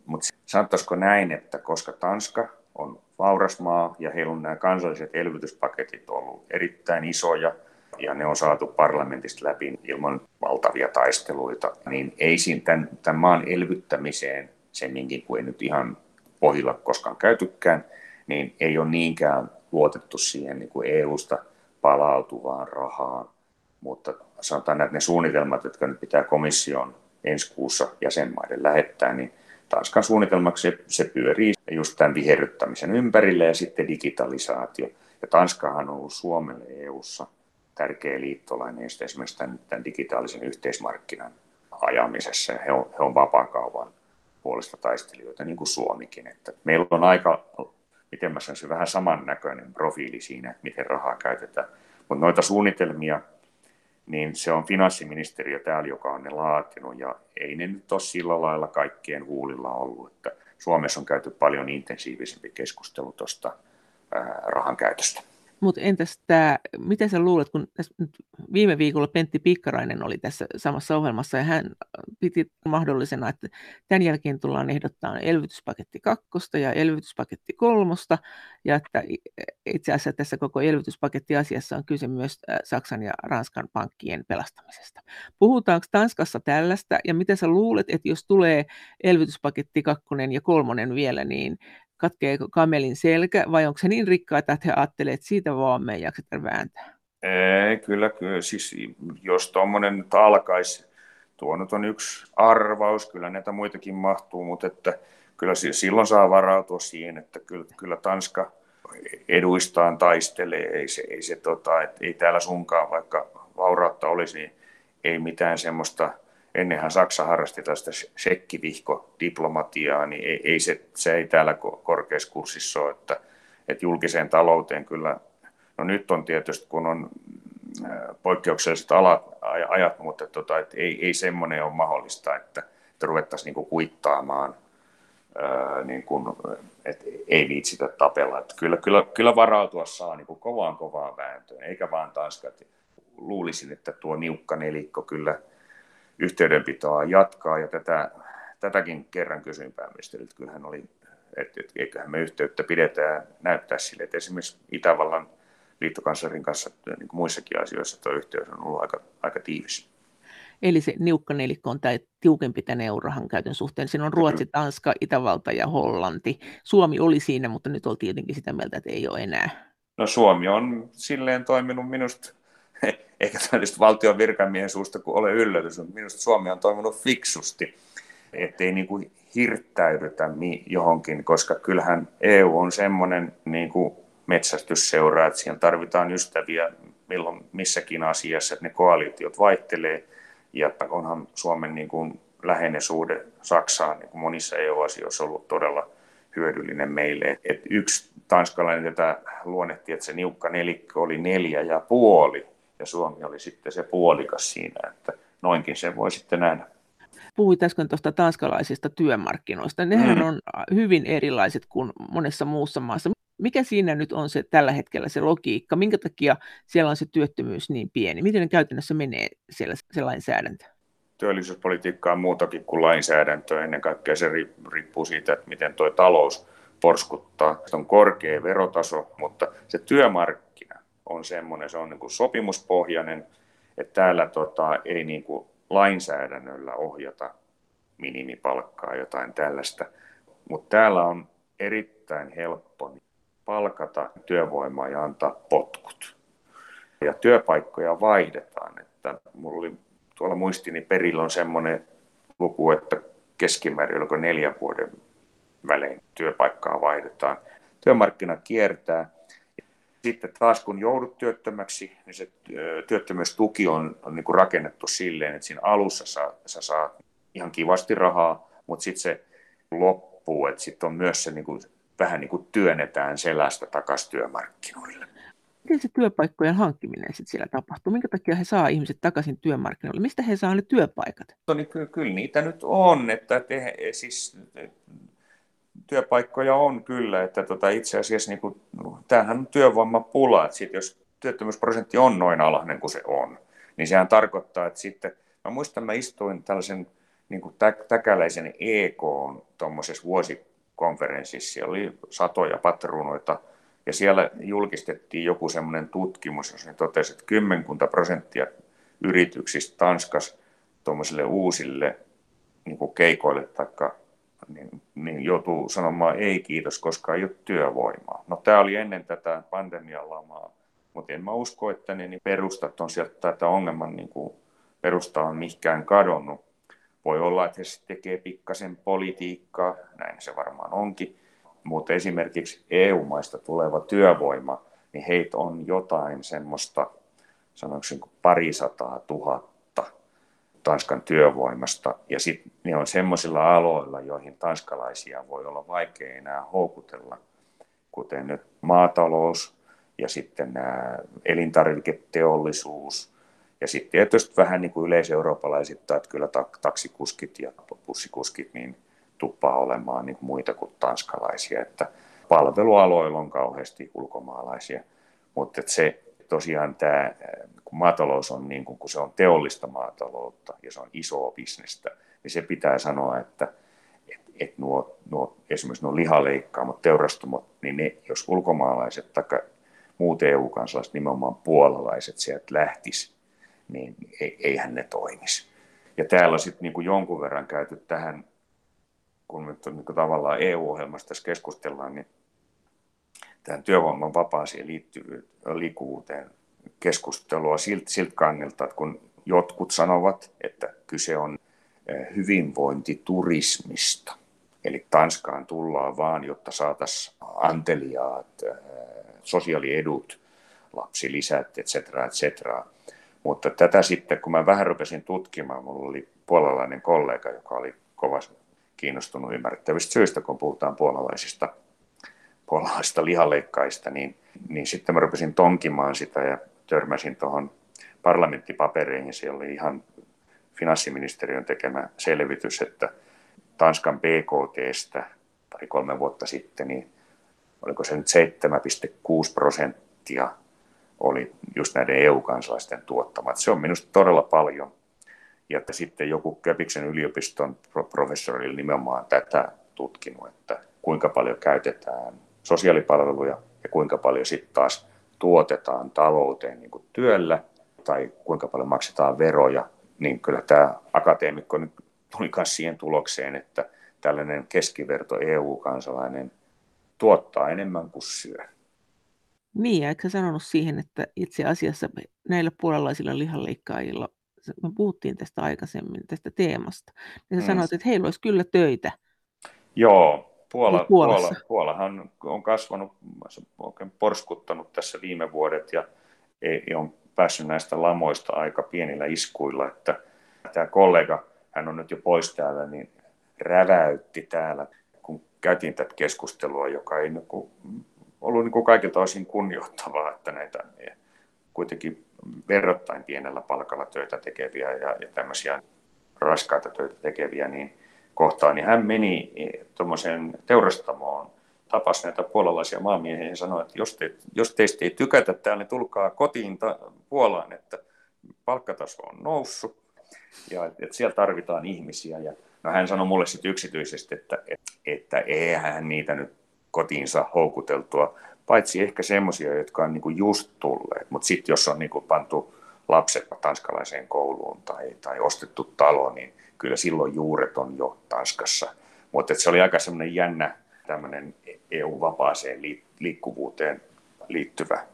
Mutta sanottaisiko näin, että koska Tanska on vauras maa ja heillä on nämä kansalliset elvytyspaketit ollut erittäin isoja ja ne on saatu parlamentista läpi ilman valtavia taisteluita, niin ei siinä tämän, tämän maan elvyttämiseen, semminkin kuin ei nyt ihan pohjilla koskaan käytykään, niin ei ole niinkään luotettu siihen niin kuin E U:sta palautuvaan rahaan, mutta sanotaan, että ne suunnitelmat, jotka nyt pitää komission ensi kuussa jäsenmaiden lähettää, niin Tanskan suunnitelmaksi se, se pyörii just tämän viherryttämisen ympärille ja sitten digitalisaatio. Ja Tanskahan on ollut Suomelle E U:ssa tärkeä liittolainen esimerkiksi tämän, tämän digitaalisen yhteismarkkinan ajamisessa. Ja he on, he on vapaakaupan puolesta taistelijoita, niin kuin Suomikin. Että meillä on aika, miten mä sanoisin, vähän samannäköinen profiili siinä, että miten rahaa käytetään. Mutta noita suunnitelmia, niin se on finanssiministeriö täällä, joka on ne laatinut, ja ei ne nyt ole sillä lailla kaikkien huulilla ollut, että Suomessa on käyty paljon intensiivisempi keskustelu tuosta rahan käytöstä. Mutta entäs tämä, mitä sä luulet, kun tässä nyt viime viikolla Pentti Pikkarainen oli tässä samassa ohjelmassa ja hän piti mahdollisena, että tämän jälkeen tullaan ehdottaa elvytyspaketti kakkosta ja elvytyspaketti kolmosta ja että itse asiassa tässä koko elvytyspakettiasiassa on kyse myös Saksan ja Ranskan pankkien pelastamisesta. Puhutaanko Tanskassa tällaista ja mitä sä luulet, että jos tulee elvytyspaketti kakkonen ja kolmonen vielä, niin katkeeko kamelin selkä, vai onko se niin rikkaita, että he ajattelevat, että siitä vaan me ei jakseta vääntää? Ei, kyllä, kyllä. Siis, jos tuommoinen nyt alkaisi, tuo nyt on yksi arvaus, kyllä näitä muitakin mahtuu, mutta että kyllä silloin saa varautua siihen, että kyllä, kyllä Tanska eduistaan taistelee, ei, se, ei, se, tota, et, ei täällä sunkaan, vaikka vaurautta olisi, niin ei mitään semmoista. Ennenhän Saksa harrasti tästä sekkivihko-diplomatiaa, niin ei, ei se, se ei täällä korkeassa kurssissa ole, että, että julkiseen talouteen kyllä, no nyt on tietysti, kun on poikkeukselliset alat, ajat, mutta tota, että ei, ei semmoinen ole mahdollista, että, että ruvettaisiin niin kuin kuittaamaan, ää, niin kuin, että ei viitsitä tapella. Että kyllä, kyllä, kyllä varautua saa niin kuin kovaan kovaan vääntöön, eikä vaan Tanska. Luulisin, että tuo niukka nelikko kyllä yhteydenpitoa jatkaa, ja tätä, tätäkin kerran kysyin pääministeriltä, kyllähän oli, että eiköhän me yhteyttä pidetään ja näyttää sille, että esimerkiksi Itävallan liittokanslerin kanssa niin kuin muissakin asioissa tuo yhteys on ollut aika, aika tiivis. Eli se niukka nelikko on tämä tiukempi tämän eurorahan käytön suhteen. Siinä on Ruotsi, Tanska, Itävalta ja Hollanti. Suomi oli siinä, mutta nyt oltiin jotenkin sitä mieltä, että ei ole enää. No Suomi on silleen toiminut minusta, eikä tietysti valtion virkamiehen suusta kun ole yllätys, mutta minusta Suomi on toiminut fiksusti, ettei niin kuin hirttäydytä johonkin, koska kyllähän E U on semmoinen niin kuin metsästysseura, että siihen tarvitaan ystäviä milloin missäkin asiassa, että ne koalitiot vaihtelee, ja onhan Suomen niin kuin läheinen suhde Saksaan niin kuin monissa E U-asioissa ollut todella hyödyllinen meille. Et yksi tanskalainen tätä luonnehti, että se niukka nelikko oli neljä ja puoli, ja Suomi oli sitten se puolikas siinä, että noinkin se voi sitten nähdä. Puhuit äsken tuosta tanskalaisista työmarkkinoista. Nehän on hyvin erilaiset kuin monessa muussa maassa. Mikä siinä nyt on se tällä hetkellä se logiikka? Minkä takia siellä on se työttömyys niin pieni? Miten ne käytännössä menee siellä se lainsäädäntö? Työllisyyspolitiikka on muutakin kuin lainsäädäntöä. Ennen kaikkea se riippuu siitä, että miten tuo talous porskuttaa. Se on korkea verotaso, mutta se työmarkkina on semmoinen, se on niin kuin sopimuspohjainen, että täällä tota, ei niin kuin lainsäädännöllä ohjata minimipalkkaa, jotain tällaista. Mutta täällä on erittäin helppo palkata työvoimaa ja antaa potkut. Ja työpaikkoja vaihdetaan. Että mulla oli tuolla muistini perillä on semmoinen luku, että keskimäärin oliko neljän vuoden välein työpaikkaa vaihdetaan. Työmarkkina kiertää. Sitten taas kun joudut työttömäksi, niin se työttömyystuki on, on niin kuin rakennettu silleen, että siinä alussa saa, sä saat ihan kivasti rahaa, mutta sitten se loppuu, että sitten on myös se niin kuin, vähän niin kuin työnnetään selästä takaisin työmarkkinoille. Miten se työpaikkojen hankkiminen sitten siellä tapahtuu? Minkä takia he saa ihmiset takaisin työmarkkinoille? Mistä he saa ne työpaikat? No niin, kyllä, kyllä niitä nyt on, että te, siis, työpaikkoja on kyllä, että tota, itse asiassa niin kuin, tämähän on työvoimapula, että sit, jos työttömyysprosentti on noin alhainen kuin se on, niin sehän tarkoittaa, että sitten, mä muistan, mä istuin tällaisen niin kuin täkäläisen E K:n tuommoisessa vuosikonferenssissa, siellä oli satoja patruunoita, ja siellä julkistettiin joku semmoinen tutkimus, jossa ne totesi, että kymmenkunta prosenttia yrityksistä Tanskassa tuommoisille uusille niin kuin keikoille taikka, niin, niin joutuu sanomaan ei kiitos, koska ei ole työvoimaa. No tämä oli ennen tätä pandemian lamaa, mutta en mä usko, että ne niin perustat on sieltä tätä ongelman niin kuin perusta on mihinkään kadonnut. Voi olla, että he tekee pikkasen politiikkaa, näin se varmaan onkin, mutta esimerkiksi E U-maista tuleva työvoima, niin heitä on jotain semmoista, sanoinko parisataa tuhatta Tanskan työvoimasta, ja sitten ne on semmoisilla aloilla, joihin tanskalaisia voi olla vaikea enää houkutella, kuten nyt maatalous ja sitten nämä elintarviketeollisuus, ja sitten tietysti vähän niin kuin yleiseurooppalaisittain, että kyllä taksikuskit ja bussikuskit niin tuppaa olemaan niin muita kuin tanskalaisia, että palvelualoilla on kauheasti ulkomaalaisia, mutta se tosiaan tämä, kun maatalous on niin kuin, kun se on teollista maataloutta ja se on isoa bisnestä, niin se pitää sanoa, että et, et nuo, nuo, esimerkiksi nuo lihaleikkaamot, teurastumot, niin ne, jos ulkomaalaiset tai muut E U-kansalaiset, nimenomaan puolalaiset sieltä lähtis, niin eihän ne toimisi. Ja täällä on sitten niin kuin jonkun verran käyty tähän, kun nyt on niin kuin tavallaan E U-ohjelmasta tässä keskustellaan, niin tähän työvoiman vapaaseen liikkuvuuteen keskustelua siltä, siltä kannalta, että kun jotkut sanovat, että kyse on hyvinvointiturismista, eli Tanskaan tullaan vaan, jotta saataisiin anteliaat, sosiaaliedut, lapsilisät, et cetera, et cetera. Mutta tätä sitten, kun mä vähän rupesin tutkimaan, minulla oli puolalainen kollega, joka oli kovasti kiinnostunut ymmärrettävistä syistä, kun puhutaan puolalaisista, puolalaisista lihaleikkaista, niin, niin sitten mä rupesin tonkimaan sitä ja törmäsin tuohon parlamenttipapereihin. Siellä oli ihan finanssiministeriön tekemä selvitys, että Tanskan B K T:stä pari kolme vuotta sitten, niin oliko se nyt seitsemän pilkku kuusi prosenttia oli just näiden E U-kansalaisten tuottamat. Se on minusta todella paljon. Ja että sitten joku Köpiksen yliopiston professori oli nimenomaan tätä tutkinut, että kuinka paljon käytetään sosiaalipalveluja ja kuinka paljon sitten taas tuotetaan talouteen niin kuin työllä tai kuinka paljon maksetaan veroja, niin kyllä tämä akateemikko nyt tuli myös siihen tulokseen, että tällainen keskiverto E U-kansalainen tuottaa enemmän kuin syö. Niin, eikö sanonut siihen, että itse asiassa näillä puolalaisilla lihanleikkaajilla, me puhuttiin tästä aikaisemmin, tästä teemasta, niin sä mm. sanoit, että heillä olisi kyllä töitä. Joo, Puola, Puola, Puolahan on kasvanut, oikein porskuttanut tässä viime vuodet ja ei on päässyt näistä lamoista aika pienillä iskuilla, että tämä kollega, hän on nyt jo pois täällä, niin räväytti täällä, kun käytiin tätä keskustelua, joka ei ollut niin kuin kaikilta osin kunnioittavaa, että näitä kuitenkin verrattain pienellä palkalla töitä tekeviä ja, ja tämmöisiä raskaita töitä tekeviä niin kohtaan, niin hän meni tuommoiseen teurastamoon, tapasi näitä puolalaisia maamiehiä ja sanoi, että jos, te, jos teistä ei tykätä täällä, niin tulkaa kotiin ta- Puolaan, että palkkataso on noussut ja että siellä tarvitaan ihmisiä. Ja, no hän sanoi mulle sitten yksityisesti, että, että, että eihän niitä nyt kotiin saa houkuteltua, paitsi ehkä semmoisia, jotka on niinku just tulleet, mutta sitten jos on niinku pantu lapset tanskalaiseen kouluun tai, tai ostettu talo, niin kyllä silloin juuret on jo Tanskassa. Mutta se oli aika semmoinen jännä tämmöinen E U-vapaaseen liikkuvuuteen liittyvä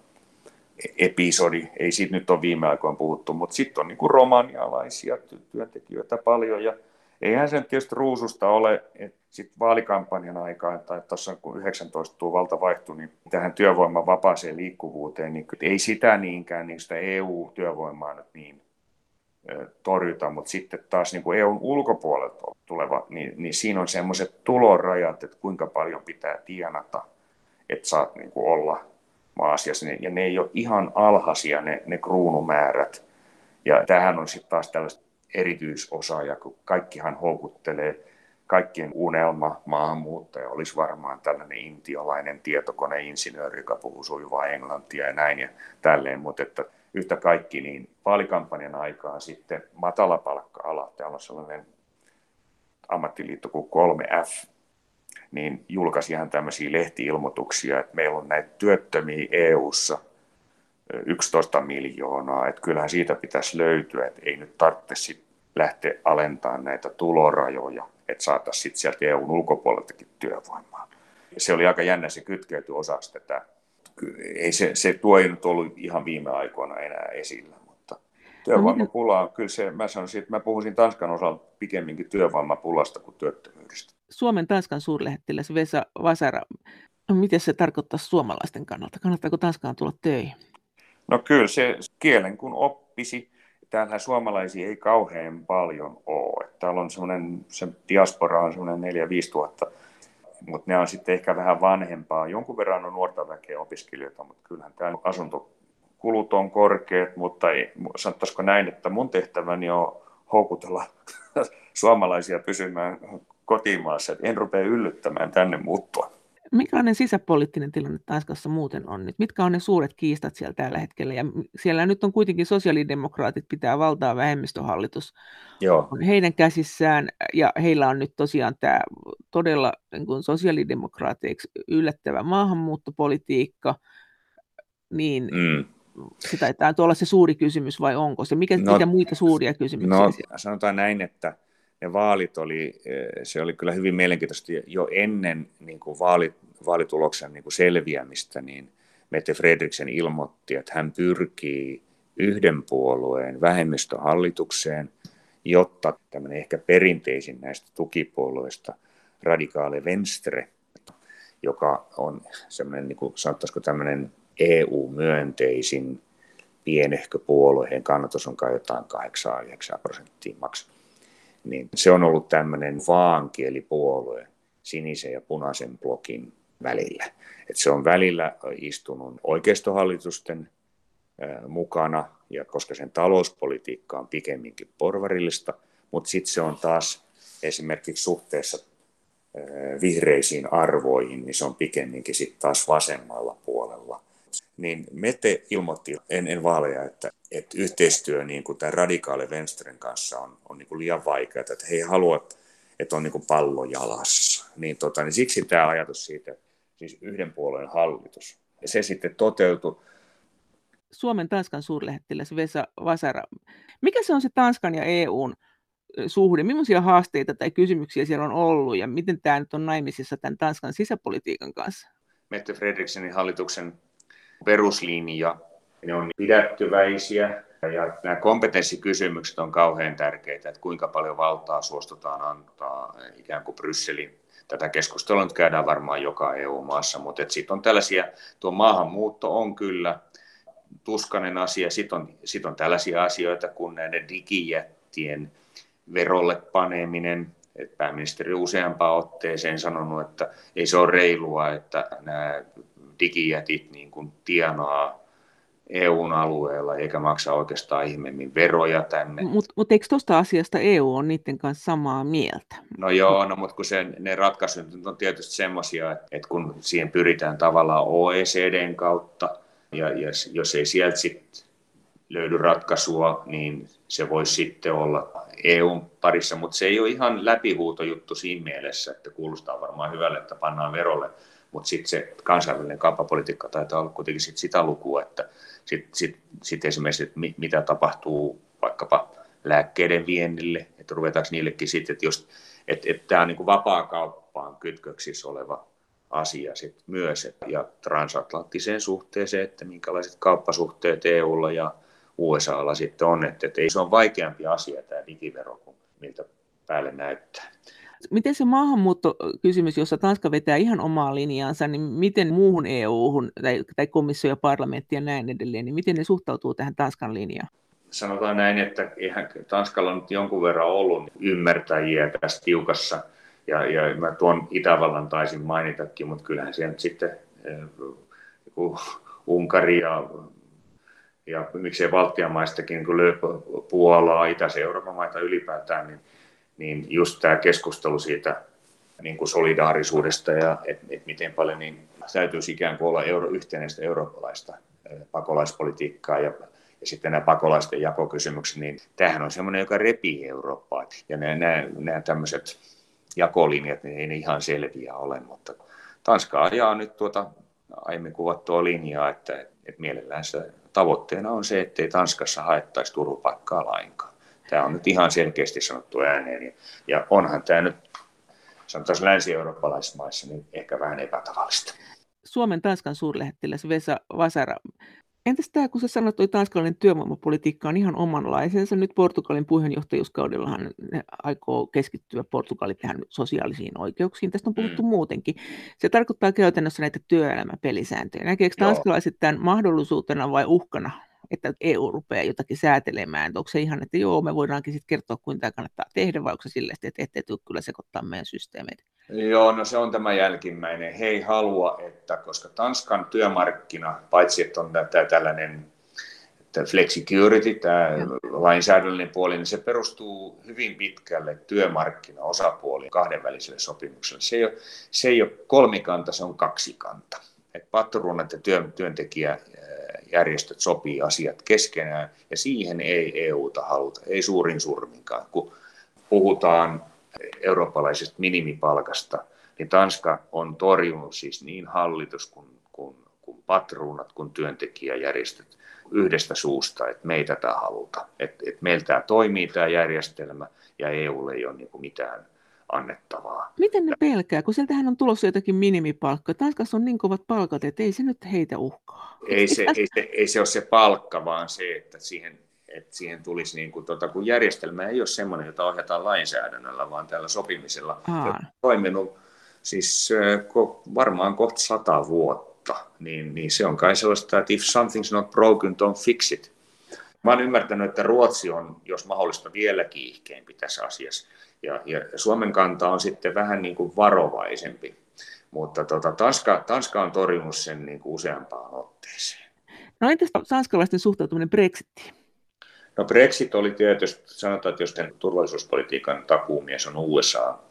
episodi. Ei siitä nyt ole viime aikoina puhuttu, mutta sitten on niinku romanialaisia työntekijöitä paljon ja eihän se tietysti ruususta ole, että sitten vaalikampanjan aikaan tai tuossa kun yhdeksäntoista tuo valta vaihtui, niin tähän työvoiman vapaaseen liikkuvuuteen, niin ei sitä niinkään, niin sitä E U-työvoimaa nyt niin torjuta, mutta sitten taas niin kuin E U:n ulkopuolelta tuleva, niin, niin siinä on semmoiset tulorajat, että kuinka paljon pitää tienata, että saat niin kuin olla maassa, ja ne ei ole ihan alhaisia ne, ne kruunumäärät, ja tämähän on sitten taas tällaista erityisosaaja, kun kaikkihan houkuttelee, kaikkien unelma maahanmuuttaja olisi varmaan tällainen intialainen tietokoneinsinööri, joka puhuu sujuvaa englantia ja näin ja tälleen, mutta että yhtä kaikki niin vaalikampanjan aikaan sitten matalapalkka-ala, täällä on sellainen ammattiliitto kuin kolme F, niin julkaisi ihan tämmöisiä lehti-ilmoituksia, että meillä on näitä työttömiä E U:ssa yksitoista miljoonaa, että kyllähän siitä pitäisi löytyä, että ei nyt tarvitse lähteä alentamaan näitä tulorajoja, että saataisiin sitten sieltä E U:n ulkopuoleltakin työvoimaa. Se oli aika jännä, se kytkeytyi osaksi tätä. Ei se, se tuo ei nyt ollut ihan viime aikoina enää esillä, mutta työvoimapulaa, no, kyllä se, mä sanoisin, että mä puhuisin Tanskan osalta pikemminkin työvoimapulasta kuin työttömyydestä. Suomen Tanskan suurlähettiläs Vesa Vasara, miten se tarkoittaa suomalaisten kannalta? Kannattaako Tanskaan tulla töihin? No kyllä se kielen kun oppisi. Täällähän suomalaisia ei kauhean paljon ole. Täällä on semmoinen, se diaspora on semmoinen neljä viisi tuhatta, mutta ne on sitten ehkä vähän vanhempaa. Jonkun verran on nuorta väkeä opiskelijoita, mutta kyllähän täällä asuntokulut on korkeat, mutta ei, sanottaisiko näin, että mun tehtäväni on houkutella suomalaisia pysymään kotimaassa, että en rupea yllyttämään tänne muuttua. Minkälainen sisäpoliittinen tilanne Tanskassa muuten on nyt? Mitkä on ne suuret kiistat siellä tällä hetkellä? Ja siellä nyt on kuitenkin sosiaalidemokraatit pitää valtaa, vähemmistöhallitus Joo. on heidän käsissään, ja heillä on nyt tosiaan tämä todella niin kuin sosiaalidemokraateiksi yllättävä maahanmuuttopolitiikka, niin mm. se taitaa olla se suuri kysymys, vai onko se? Mikä, no, mitä muita suuria kysymyksiä no, siellä? Sanotaan näin, että ne vaalit oli, se oli kyllä hyvin mielenkiintoista jo ennen niin kuin vaali, vaalituloksen niin kuin selviämistä, niin Mette Frederiksen ilmoitti, että hän pyrkii yhden puolueen vähemmistöhallitukseen, jotta tämmöinen ehkä perinteisin näistä tukipuolueista, radikaali Venstre, joka on semmoinen, niin kuin sanottaisiko tämmöinen E U-myönteisin pienehkö puolue, heidän kannatus on kai jotain kahdeksan yhdeksän prosenttia maksaa. Niin se on ollut tämmöinen vaankielipuolue sinisen ja punaisen blokin välillä. Et se on välillä istunut oikeistohallitusten ää, mukana, ja koska sen talouspolitiikka on pikemminkin porvarillista, mutta sitten se on taas esimerkiksi suhteessa ää, vihreisiin arvoihin, niin se on pikemminkin sitten taas vasemmalla puolella. Niin Mette ilmoitti ennen vaaleja, että, että yhteistyö niin kuin tämän radikaali Venstren kanssa on, on niin kuin liian vaikeaa, että he haluavat, että on niin kuin pallo jalassa. Niin, tota, niin siksi tämä ajatus siitä, siis yhden puolueen hallitus, ja se sitten toteutui. Suomen Tanskan suurlähettiläs Vesa Vasara, mikä se on se Tanskan ja E U:n suhde? Millaisia haasteita tai kysymyksiä siellä on ollut, ja miten tämä nyt on naimisissa tämän Tanskan sisäpolitiikan kanssa? Mette Frederiksenin hallituksen peruslinja, ne on pidättyväisiä, ja nämä kompetenssikysymykset on kauhean tärkeitä, että kuinka paljon valtaa suostutaan antaa ikään kuin Brysselin. Tätä keskustelua nyt käydään varmaan joka E U-maassa, mutta sitten on tällaisia, tuo maahanmuutto on kyllä tuskainen asia, sitten on, sit on tällaisia asioita kuin näiden digijättien verolle paneminen. Et pääministeri useampaan otteeseen sanonut, että ei se ole reilua, että nämä digijätit niin kuin tienaa E U:n alueella eikä maksa oikeastaan ihmeemmin veroja tänne. Mutta mut eikö tuosta asiasta E U on niiden kanssa samaa mieltä? No joo, no, mutta kun se, ne ratkaisut on tietysti semmoisia, että, että kun siihen pyritään tavallaan O E C D:n kautta, ja, ja jos ei sieltä sitten löydy ratkaisua, niin se voisi sitten olla E U:n parissa, mutta se ei ole ihan läpihuutojuttu siinä mielessä, että kuulostaa varmaan hyvälle, että pannaan verolle, mutta sitten se kansainvälinen kauppapolitiikka taitaa olla kuitenkin sit sitä lukua, että sitten sit, sit esimerkiksi, että mitä tapahtuu vaikkapa lääkkeiden viennille, että ruvetaanko niillekin sitten, että, jos, että, että tämä on niin kuin vapaakauppaan kytköksissä oleva asia sit myös, että, ja transatlanttiseen suhteeseen, että minkälaiset kauppasuhteet E U:lla ja U S A:lla sitten on, että, että ei se on vaikeampi asia tämä digivero kuin miltä päälle näyttää. Miten se maahanmuuttokysymys, jossa Tanska vetää ihan omaa linjaansa, niin miten muuhun E U-hun tai, tai komissio ja parlamentti ja näin edelleen, niin miten ne suhtautuu tähän Tanskan linjaan? Sanotaan näin, että eihän Tanskalla on nyt jonkun verran ollut ymmärtäjiä tässä tiukassa, ja, ja mä tuon Itävallan taisin mainitakin, mutta kyllähän siellä nyt sitten joku Unkari ja, ja miksei Baltian maistakin, kun Puolaa, Itä- Euroopan maita ylipäätään, niin niin just tämä keskustelu siitä niin kuin solidaarisuudesta ja että et miten paljon niin täytyisi ikään kuin olla euro, yhtenäistä eurooppalaista pakolaispolitiikkaa ja, ja sitten nämä pakolaisten jakokysymykset, niin tämähän on semmoinen, joka repii Eurooppaa. Ja nämä, nämä, nämä tämmöiset jakolinjat, niin ei ne ihan selviä ole, mutta Tanska ajaa nyt tuota aiemmin kuvattua linjaa, että, että mielellään se tavoitteena on se, ettei Tanskassa haettaisi turvapaikkaa lainkaan. Tämä on nyt ihan selkeästi sanottu ääneen, ja, ja onhan tämä nyt, sanotaan länsi-eurooppalaisissa maissa, niin ehkä vähän epätavallista. Suomen Tanskan suurlähettiläs Vesa Vasara. Entäs tämä, kun sä sanoit, että tanskalainen työvoimapolitiikka on ihan omanlaisensa. Nyt Portugalin puheenjohtajuuskaudellahan ne aikoo keskittyä Portugalin tähän sosiaalisiin oikeuksiin. Tästä on puhuttu mm. muutenkin. Se tarkoittaa käytännössä näitä työelämäpelisääntöjä. Näkeekö tanskalaiset tämän mahdollisuutena vai uhkana, että E U rupeaa jotakin säätelemään? Onko se ihan, että joo, me voidaankin sitten kertoa, kuinka tämä kannattaa tehdä, vai onko se silleen, että ette tule kyllä sekoittaa meidän systeemeitä? Joo, no se on tämä jälkimmäinen. He ei halua, että koska Tanskan työmarkkina, paitsi että on tämä tällainen flexicurity, tämä lainsäädännöllinen puoli, niin se perustuu hyvin pitkälle työmarkkinaosapuolien kahdenväliselle sopimukselle. Se ei ole, se ei ole kolmikanta, se on kaksikanta. Et patronat ja työn, työntekijäjärjestöt sopii asiat keskenään, ja siihen ei E U:ta haluta, ei suurin surminkaan. Kun puhutaan eurooppalaisesta minimipalkasta, niin Tanska on torjunut siis niin hallitus kuin, kuin, kuin patruunat kuin työntekijäjärjestöt yhdestä suusta, että me ei tätä haluta. Että et meillä tämä toimii tämä järjestelmä ja E U:lle ei ole niin kuin mitään annettavaa. Miten ne pelkää, kun sieltähän on tulossa jotakin minimipalkka. Tanskassa on niin kovat palkat, että ei se nyt heitä uhkaa. Ei se, ei se, ei se ole se palkka, vaan se, että siihen että siihen tulisi, niin kuin, tuota, kun järjestelmä ei ole sellainen, jota ohjataan lainsäädännöllä, vaan tällä sopimisella, joka on toiminut siis varmaan kohta sata vuotta, niin, niin se on kai sellaista, että if something's not broken, don't fix it. Mä oon ymmärtänyt, että Ruotsi on, jos mahdollista, vielä kiihkeämpi tässä asiassa, ja, ja Suomen kanta on sitten vähän niin kuin varovaisempi, mutta tota, Tanska, Tanska on torjunut sen niin kuin useampaan otteeseen. No entäs tanskalaisten suhtautuminen Brexitiin? No Brexit oli tietysti, sanotaan, että jos sen turvallisuuspolitiikan takuumies on U S A,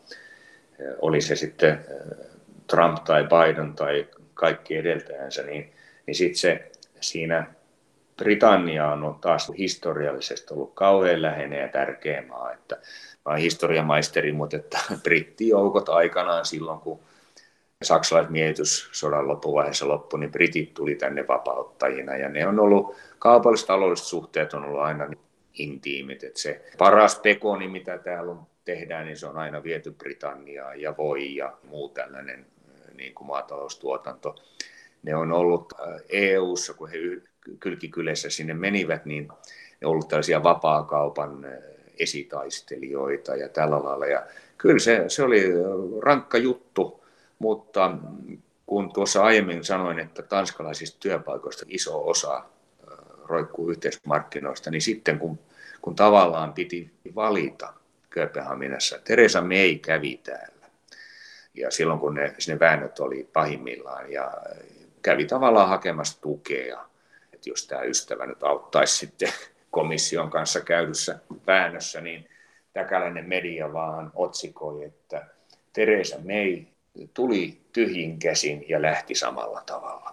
oli se sitten Trump tai Biden tai kaikki edeltäjänsä, niin, niin sitten se siinä Britannia on taas historiallisesti ollut kauhean läheinen ja tärkeä maa, että mä olen historiamaisteri, mutta että brittijoukot aikanaan silloin, kun saksalaismiehitys sodan loppuvaiheessa loppui, niin britit tuli tänne vapauttajina ja ne on ollut, kaupalliset taloudelliset suhteet on ollut aina intiimit, että se paras pekoni, mitä täällä on, tehdään, niin se on aina viety Britanniaan ja voi ja muu tällainen niin kuin maataloustuotanto. Ne on ollut E U:ssa, kun he kylkikylässä sinne menivät, niin ne on ollut tällaisia vapaakaupan esitaistelijoita ja tällä lailla. Ja kyllä se, se oli rankka juttu, mutta kun tuossa aiemmin sanoin, että tanskalaisista työpaikoista iso osa roikkuu yhteismarkkinoista, niin sitten kun, kun tavallaan piti valita Kööpenhaminassa, Theresa May kävi täällä. Ja silloin kun ne, ne väännöt oli pahimmillaan ja kävi tavallaan hakemassa tukea, että jos tämä ystävä nyt auttaisi sitten komission kanssa käydyssä väännössä, niin täkäläinen media vaan otsikoi, että Theresa May tuli tyhjin käsin ja lähti samalla tavalla.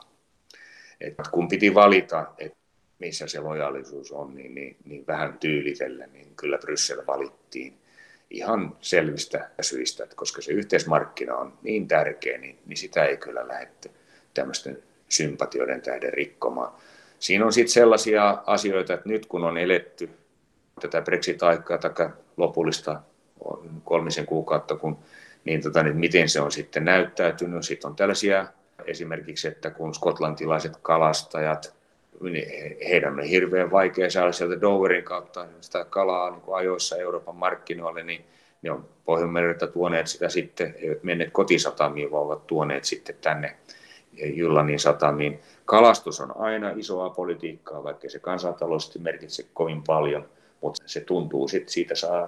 Et kun piti valita, että missä se lojaalisuus on, niin, niin, niin vähän tyylitellä, niin kyllä Bryssel valittiin ihan selvistä syistä, että koska se yhteismarkkina on niin tärkeä, niin, niin sitä ei kyllä lähdetty tämmöisten sympatioiden tähden rikkomaan. Siinä on sitten sellaisia asioita, että nyt kun on eletty tätä Brexit-aikaa tai lopullista kolmisen kuukautta, kun, niin, tota, niin miten se on sitten näyttäytynyt. Sitten on tällaisia esimerkiksi, että kun skotlantilaiset kalastajat, niin heidän on hirveän vaikea saada sieltä Doverin kautta sitä kalaa niin kuin ajoissa Euroopan markkinoille, niin ne on Pohjanmereltä tuoneet sitä sitten, eivät menneet kotisatamiin, vaan ovat tuoneet sitten tänne Jyllännin satamiin. Kalastus on aina isoa politiikkaa, vaikka se kansantaloudellisesti merkitse kovin paljon, mutta se tuntuu sitten, siitä saa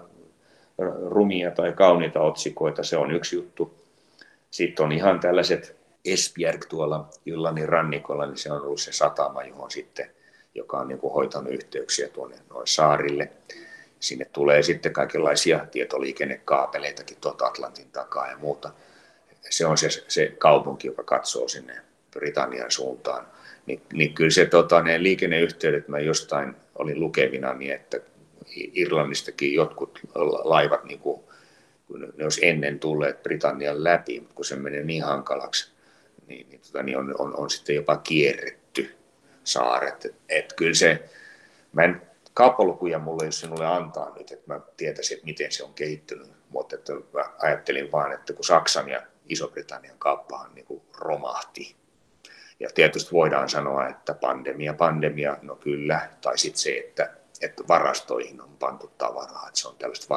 rumia tai kauniita otsikoita, se on yksi juttu. Sitten on ihan tällaiset Esbjerg tuolla Jyllannin rannikolla, niin se on ollut se satama, johon sitten, joka on niin kuin hoitanut yhteyksiä tuonne noin saarille. Sinne tulee sitten kaikenlaisia tietoliikennekaapeleitakin tuolta Atlantin takaa ja muuta. Se on se, se kaupunki, joka katsoo sinne Britannian suuntaan. Niin, niin kyllä se tota, ne liikenneyhteydet, mä jostain olin lukevina, niin että Irlannistakin jotkut laivat niin kuin kun ne olisi ennen tulleet Britannian läpi, mutta kun se menee niin hankalaksi, niin, niin, tota, niin on, on, on sitten jopa kierretty saaret. Et, et kyllä se, mä en kauppolukuja mulle, jos sinulle antaa nyt, että mä tietäisin, että miten se on kehittynyt, mutta että mä ajattelin vaan, että kun Saksan ja Iso-Britannian kauppahan niin kuin romahti. Ja tietysti voidaan sanoa, että pandemia, pandemia, no kyllä, tai sitten se, että, että varastoihin on pantu tavaraa, että se on tällaista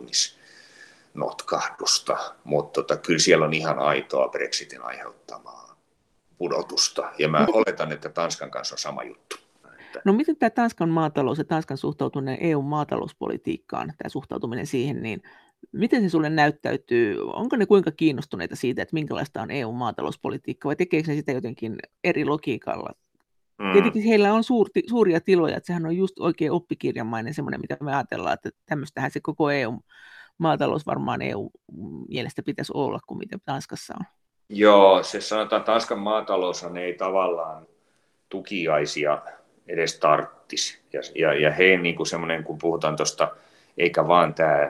varautumisnotkahdusta, mutta tota, kyllä siellä on ihan aitoa Brexitin aiheuttamaa pudotusta, ja mä oletan, että Tanskan kanssa on sama juttu. No miten tämä Tanskan maatalous ja Tanskan suhtautuminen E U-maatalouspolitiikkaan, tämä suhtautuminen siihen, niin miten se sulle näyttäytyy? Onko ne kuinka kiinnostuneita siitä, että minkälaista on E U-maatalouspolitiikka, vai tekeekö ne sitä jotenkin eri logiikalla? Mm. Tietenkin heillä on suurti, suuria tiloja, että sehän on just oikein oppikirjamainen semmoinen, mitä me ajatellaan, että tämmöistähän se koko E U-maatalous varmaan E U-mielestä pitäisi olla kuin mitä Tanskassa on. Joo, se sanotaan, että Tanskan maataloushan ei tavallaan tukiaisia edes tarttisi. Ja, ja, ja he niin kuin semmoinen, kun puhutaan tuosta, eikä vaan tämä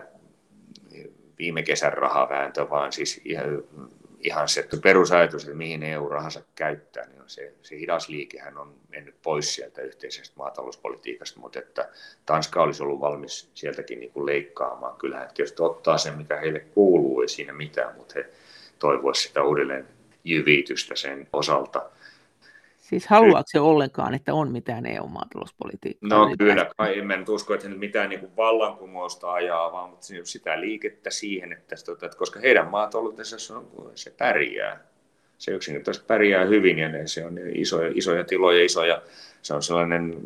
viime kesän rahavääntö, vaan siis ihan, ihan se perusajatus, että mihin E U-rahansa käyttää, niin se, se hidas liikehän on mennyt pois sieltä yhteisestä maatalouspolitiikasta, mutta että Tanska olisi ollut valmis sieltäkin niin kuin leikkaamaan. Kyllähän tietysti ottaa sen, mitä heille kuuluu, ei siinä mitään, mutta he toivoisivat sitä uudelleen jyvitystä sen osalta. Siis haluaako se ollenkaan, että on mitään E U-maatalouspolitiikkaa? No kyllä, kai en nyt usko, että he mitään niin kuin vallankumousta ajaa, vaan mutta sitä liikettä siihen, että, että koska heidän maataloutensa se pärjää. Se yksinkertaisesti pärjää hyvin ja se on isoja, isoja tiloja, isoja, se on sellainen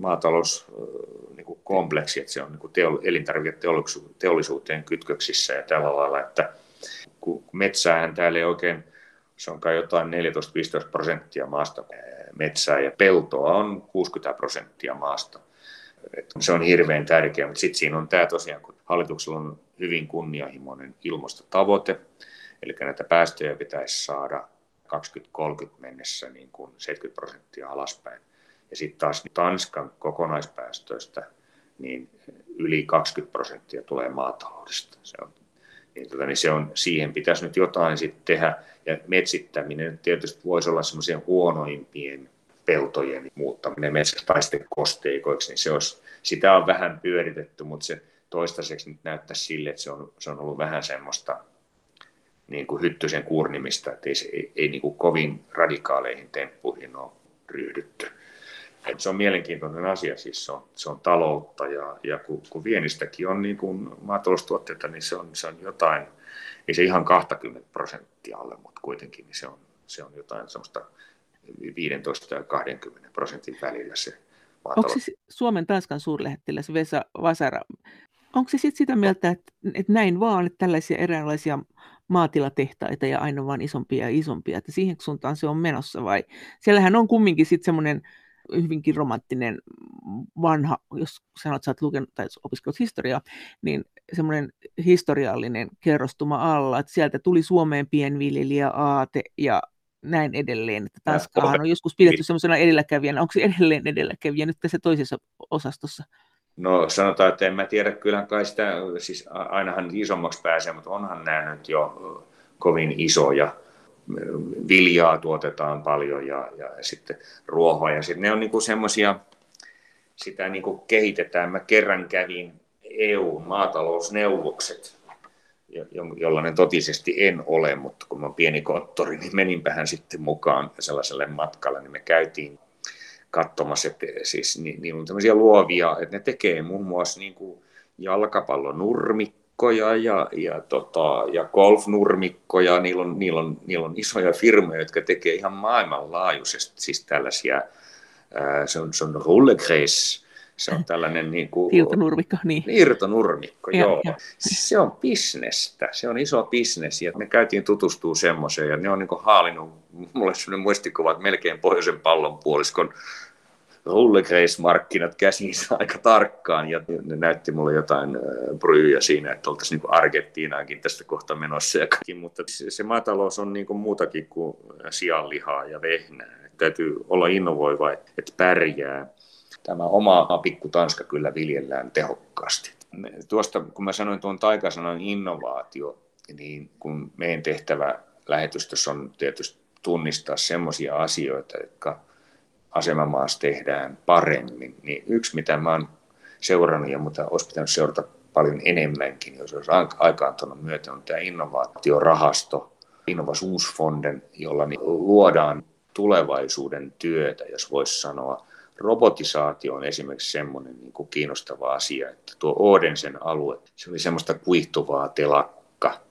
maatalouskompleksi, että se on niin teol, elintarviketeollisuuteen kytköksissä ja tällä lailla, että kun metsäähän täällä ei oikein, se on kai jotain neljätoista viisitoista prosenttia maasta metsää ja peltoa on kuusikymmentä prosenttia maasta. Se on hirveän tärkeää, mutta sitten siinä on tämä tosiaan, kun hallituksella on hyvin kunnianhimoinen ilmastotavoite, eli näitä päästöjä pitäisi saada kaksituhattakolmekymmentä mennessä niin kuin seitsemänkymmentä prosenttia alaspäin. Ja sitten taas Tanskan kokonaispäästöistä niin yli kaksikymmentä prosenttia tulee maataloudesta. Se on, niin tota, niin se on, siihen pitäisi nyt jotain sitten tehdä. Ja metsittäminen tietysti voisi olla semmoisia huonoimpien peltojen muuttaminen metsätaisten kosteikoiksi, niin se olisi, sitä on vähän pyöritetty, mutta se toistaiseksi nyt näyttää sille, että se on, se on ollut vähän semmoista niin kuin hyttysen kurnimista, että ei, ei, ei niin kuin kovin radikaaleihin temppuihin ole ryhdytty. Et se on mielenkiintoinen asia, siis se on, se on taloutta ja, ja kun, kun vienistäkin on niin kuin maataloustuotteita, niin se on, se on jotain, ei se ihan kaksikymmentä prosenttia ole, mutta kuitenkin niin se, on, se on jotain semmoista viisitoista ja kaksikymmentä prosentin välillä se maatalous. Onko se Suomen Tanskan suurlähettiläs Vesa Vasara, onko se sitten sitä mieltä, että, että näin vaan, että tällaisia eräänlaisia maatilatehtaita ja aina vaan isompia ja isompia, että siihen suuntaan se on menossa vai? Siellähän on kumminkin sitten semmoinen hyvinkin romanttinen vanha, jos sanot, että sä oot lukenut tai opiskellut historiaa, niin semmoinen historiallinen kerrostuma alla, että sieltä tuli Suomeen pienviljelijäaate ja näin edelleen, että Tanskaahan on joskus pidetty semmoisena edelläkävijänä. Onko se edelleen edelläkävijä nyt tässä toisessa osastossa? No sanotaan, että en mä tiedä, kyllähän kai sitä, siis ainahan isommaksi pääsee, mutta onhan nämä nyt jo kovin isoja. Viljaa tuotetaan paljon ja, ja sitten ruohoa ja sitten ne on niinku semmoisia, sitä niinku kehitetään. Mä kerran kävin E U-maatalousneuvokset, jollainen totisesti en ole, mutta kun mä oon pieni konttori, niin meninpähän sitten mukaan sellaiselle matkalle, niin me käytiin katsomassa, että siis ni, niillä on tämmöisiä luovia, että ne tekee muun muassa niinku jalkapallonurmikkoja ja, ja, tota, ja golfnurmikkoja, niillä on, niillä, on, niillä on isoja firmoja, jotka tekee ihan maailmanlaajuisesti siis tällaisia, ää, se on, se on rullegräs, se on tällainen niin kuin irtonurmikko, niin. Irtonurmikko, ja, joo. Ja. Se on bisnestä, se on iso bisnes ja me käytiin tutustua semmoiseen ja ne on niin kuin haalinut, mulle sellainen muistikuva, että melkein pohjoisen pallonpuoliskon rullegräs-markkinat käsiinsä aika tarkkaan ja ne näytti mulle jotain bryyjä siinä, että oltaisiin niin kuin Argentiinaankin tästä kohta menossa ja kaikki, mutta se maatalous on niin kuin muutakin kuin sianlihaa ja vehnää. Täytyy olla innovoiva, että pärjää. Tämä oma pikku Tanska kyllä viljellään tehokkaasti. Tuosta, kun mä sanoin tuon taikasanan innovaatio, niin kun meidän tehtävä lähetystössä on tietysti tunnistaa semmoisia asioita, jotka asemamaassa tehdään paremmin, niin yksi mitä mä oon seurannut ja mutta olisi pitänyt seurata paljon enemmänkin, jos olisi aikaantunut myötä, on tämä innovaatiorahasto, Innovationsfonden, jolla luodaan tulevaisuuden työtä, jos voisi sanoa. Robotisaatio on esimerkiksi semmoinen niin kuin kiinnostava asia, että tuo Odensen alue, se oli semmoista kuihtuvaa telakka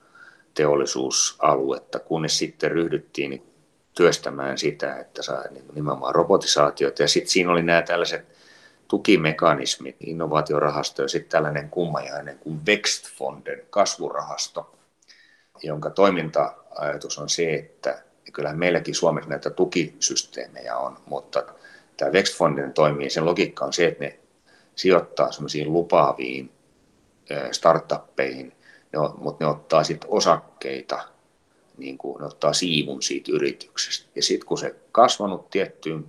teollisuusaluetta, kunnes sitten ryhdyttiin työstämään sitä, että saa nimenomaan robotisaatiota. Ja sitten siinä oli nämä tällaiset tukimekanismit, innovaatiorahasto ja sitten tällainen kummajainen kuin Växtfonden, kasvurahasto, jonka toiminta-ajatus on se, että kyllähän meilläkin Suomessa näitä tukisysteemejä on, mutta tämä Växtfonden toimii, sen logiikka on se, että ne sijoittaa semmoisiin lupaaviin startuppeihin, mutta ne ottaa sitten osakkeita, niin kuin ne ottaa siivun siitä yrityksestä. Ja sitten kun se kasvanut tiettyyn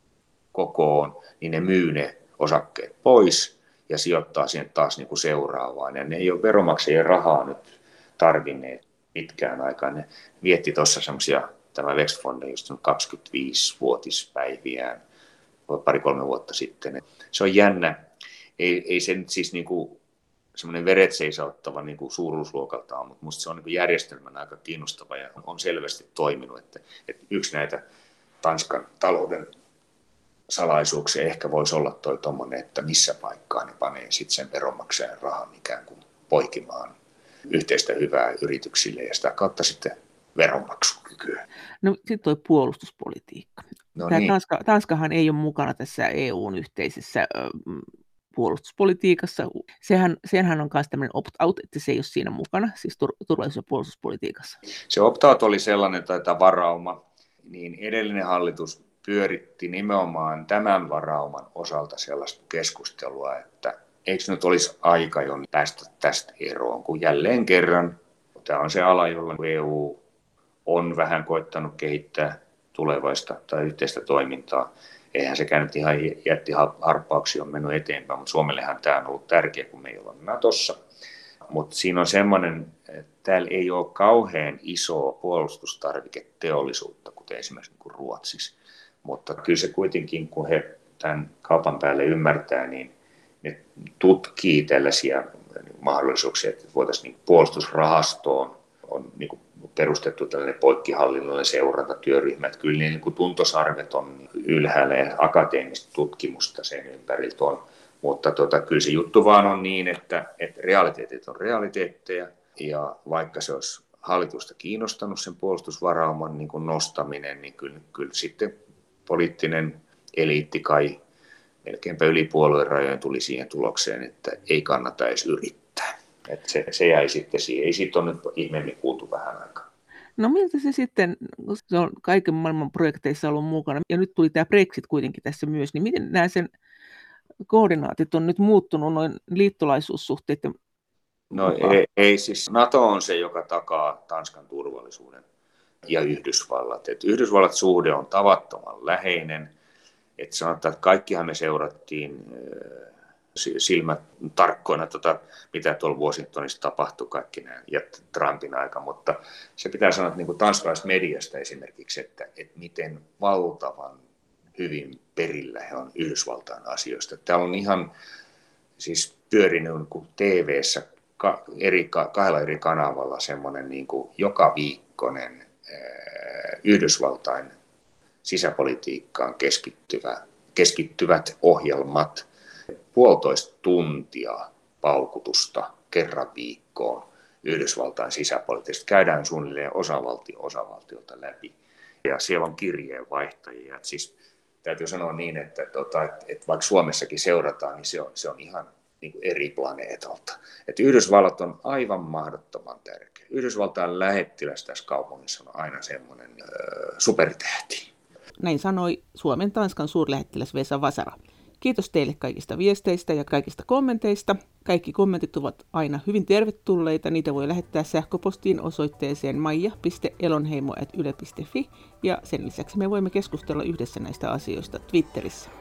kokoon, niin ne myy ne osakkeet pois ja sijoittaa siihen taas niin kuin seuraavaan. Ja ne ei ole veronmaksajien rahaa nyt tarvinneet pitkään aikaan. Ne vietti tuossa semmoisia, tämä Växtfonden just kaksikymmentäviisivuotispäiviään pari-kolme vuotta sitten. Se on jännä. Ei, ei se nyt siis niin kuin semmoinen veret seisauttava niin kuin suuruusluokaltaan, mutta minusta se on niin kuin järjestelmänä aika kiinnostava ja on selvästi toiminut. Että, että yksi näitä Tanskan talouden salaisuuksia ehkä voisi olla toi tommoinen, että missä paikkaa ne panee sitten sen veronmaksajan rahan ikään kuin poikimaan yhteistä hyvää yrityksille ja sitä kautta sitten veronmaksukykyä. No sitten tuo puolustuspolitiikka. No Tämä niin. Tanska, Tanskahan ei ole mukana tässä E U:n yhteisessä ö, puolustuspolitiikassa. Sehän, senhän on myös tämmöinen opt-out, että se ei ole siinä mukana, siis tur- turvallisuus- ja puolustuspolitiikassa. Se opt-out oli sellainen tai varauma, niin edellinen hallitus pyöritti nimenomaan tämän varauman osalta sellaista keskustelua, että eikö nyt olisi aika jo päästä tästä eroon, kun jälleen kerran tämä on se ala, jolla E U on vähän koittanut kehittää tulevaista tai yhteistä toimintaa. Eihän sekään nyt ihan jättiharppauksia on mennyt eteenpäin, mutta Suomellehan tämä on ollut tärkeä, kun me ei olla Natossa. Mutta siinä on semmoinen, että täällä ei ole kauhean isoa puolustustarviketeollisuutta, kuten esimerkiksi niin kuin Ruotsissa. Mutta kyllä se kuitenkin, kun he tämän kaupan päälle ymmärtää, niin ne tutkii tällaisia mahdollisuuksia, että voitaisiin niin puolustusrahastoon on niin kuin perustettu tällainen poikkihallinnollinen seurantatyöryhmä, että kyllä niin kuin tuntosarvet on ylhäällä ja akateemista tutkimusta sen ympäriltä on, mutta tota, kyllä se juttu vaan on niin, että, että realiteetit on realiteetteja ja vaikka se olisi hallitusta kiinnostanut sen puolustusvarauman niin kuin nostaminen, niin kyllä, kyllä sitten poliittinen eliitti kai melkeinpä yli puoluerajojen tuli siihen tulokseen, että ei kannata edes yrittää. Että se, se jäi sitten siihen. Ei siitä ole nyt ihmeemmin kuultu vähän aikaa. No miltä se sitten, se on kaiken maailman projekteissa ollut mukana, ja nyt tuli tämä Brexit kuitenkin tässä myös, niin miten nämä sen koordinaatit on nyt muuttunut, noin liittolaisuussuhteet? No ei, ei siis, NATO on se, joka takaa Tanskan turvallisuuden ja Yhdysvallat. Et Yhdysvallat suhde on tavattoman läheinen. Et sanotaan, että kaikkihan me seurattiin silmät tarkkoina, tota, mitä tuolla Washingtonissa tapahtui kaikki nämä ja Trumpin aika, mutta se pitää sanoa, että niin kuin tanskalaisesta mediasta esimerkiksi, että, että miten valtavan hyvin perillä he on Yhdysvaltain asioista. Täällä on ihan siis pyörinyt niin T V:ssä ka, eri, kahdella eri kanavalla semmoinen niin kuin joka viikkoinen ää, Yhdysvaltain sisäpolitiikkaan keskittyvä, keskittyvät ohjelmat, puolitoista tuntia paukutusta kerran viikkoon Yhdysvaltain sisäpolitiikasta. Käydään suunnilleen osavaltio osavaltiolta läpi. Ja siellä on kirjeenvaihtajia. Siis täytyy sanoa niin, että, että, että vaikka Suomessakin seurataan, niin se on, se on ihan niin kuin eri planeetalta. Että Yhdysvallat on aivan mahdottoman tärkeä. Yhdysvaltain lähettiläs tässä kaupungissa on aina semmoinen öö, supertähti. Näin sanoi Suomen Tanskan suurlähettiläs Vesa Vasara. Kiitos teille kaikista viesteistä ja kaikista kommenteista. Kaikki kommentit ovat aina hyvin tervetulleita. Niitä voi lähettää sähköpostiin osoitteeseen maija piste elonheimo ät yle piste fi ja sen lisäksi me voimme keskustella yhdessä näistä asioista Twitterissä.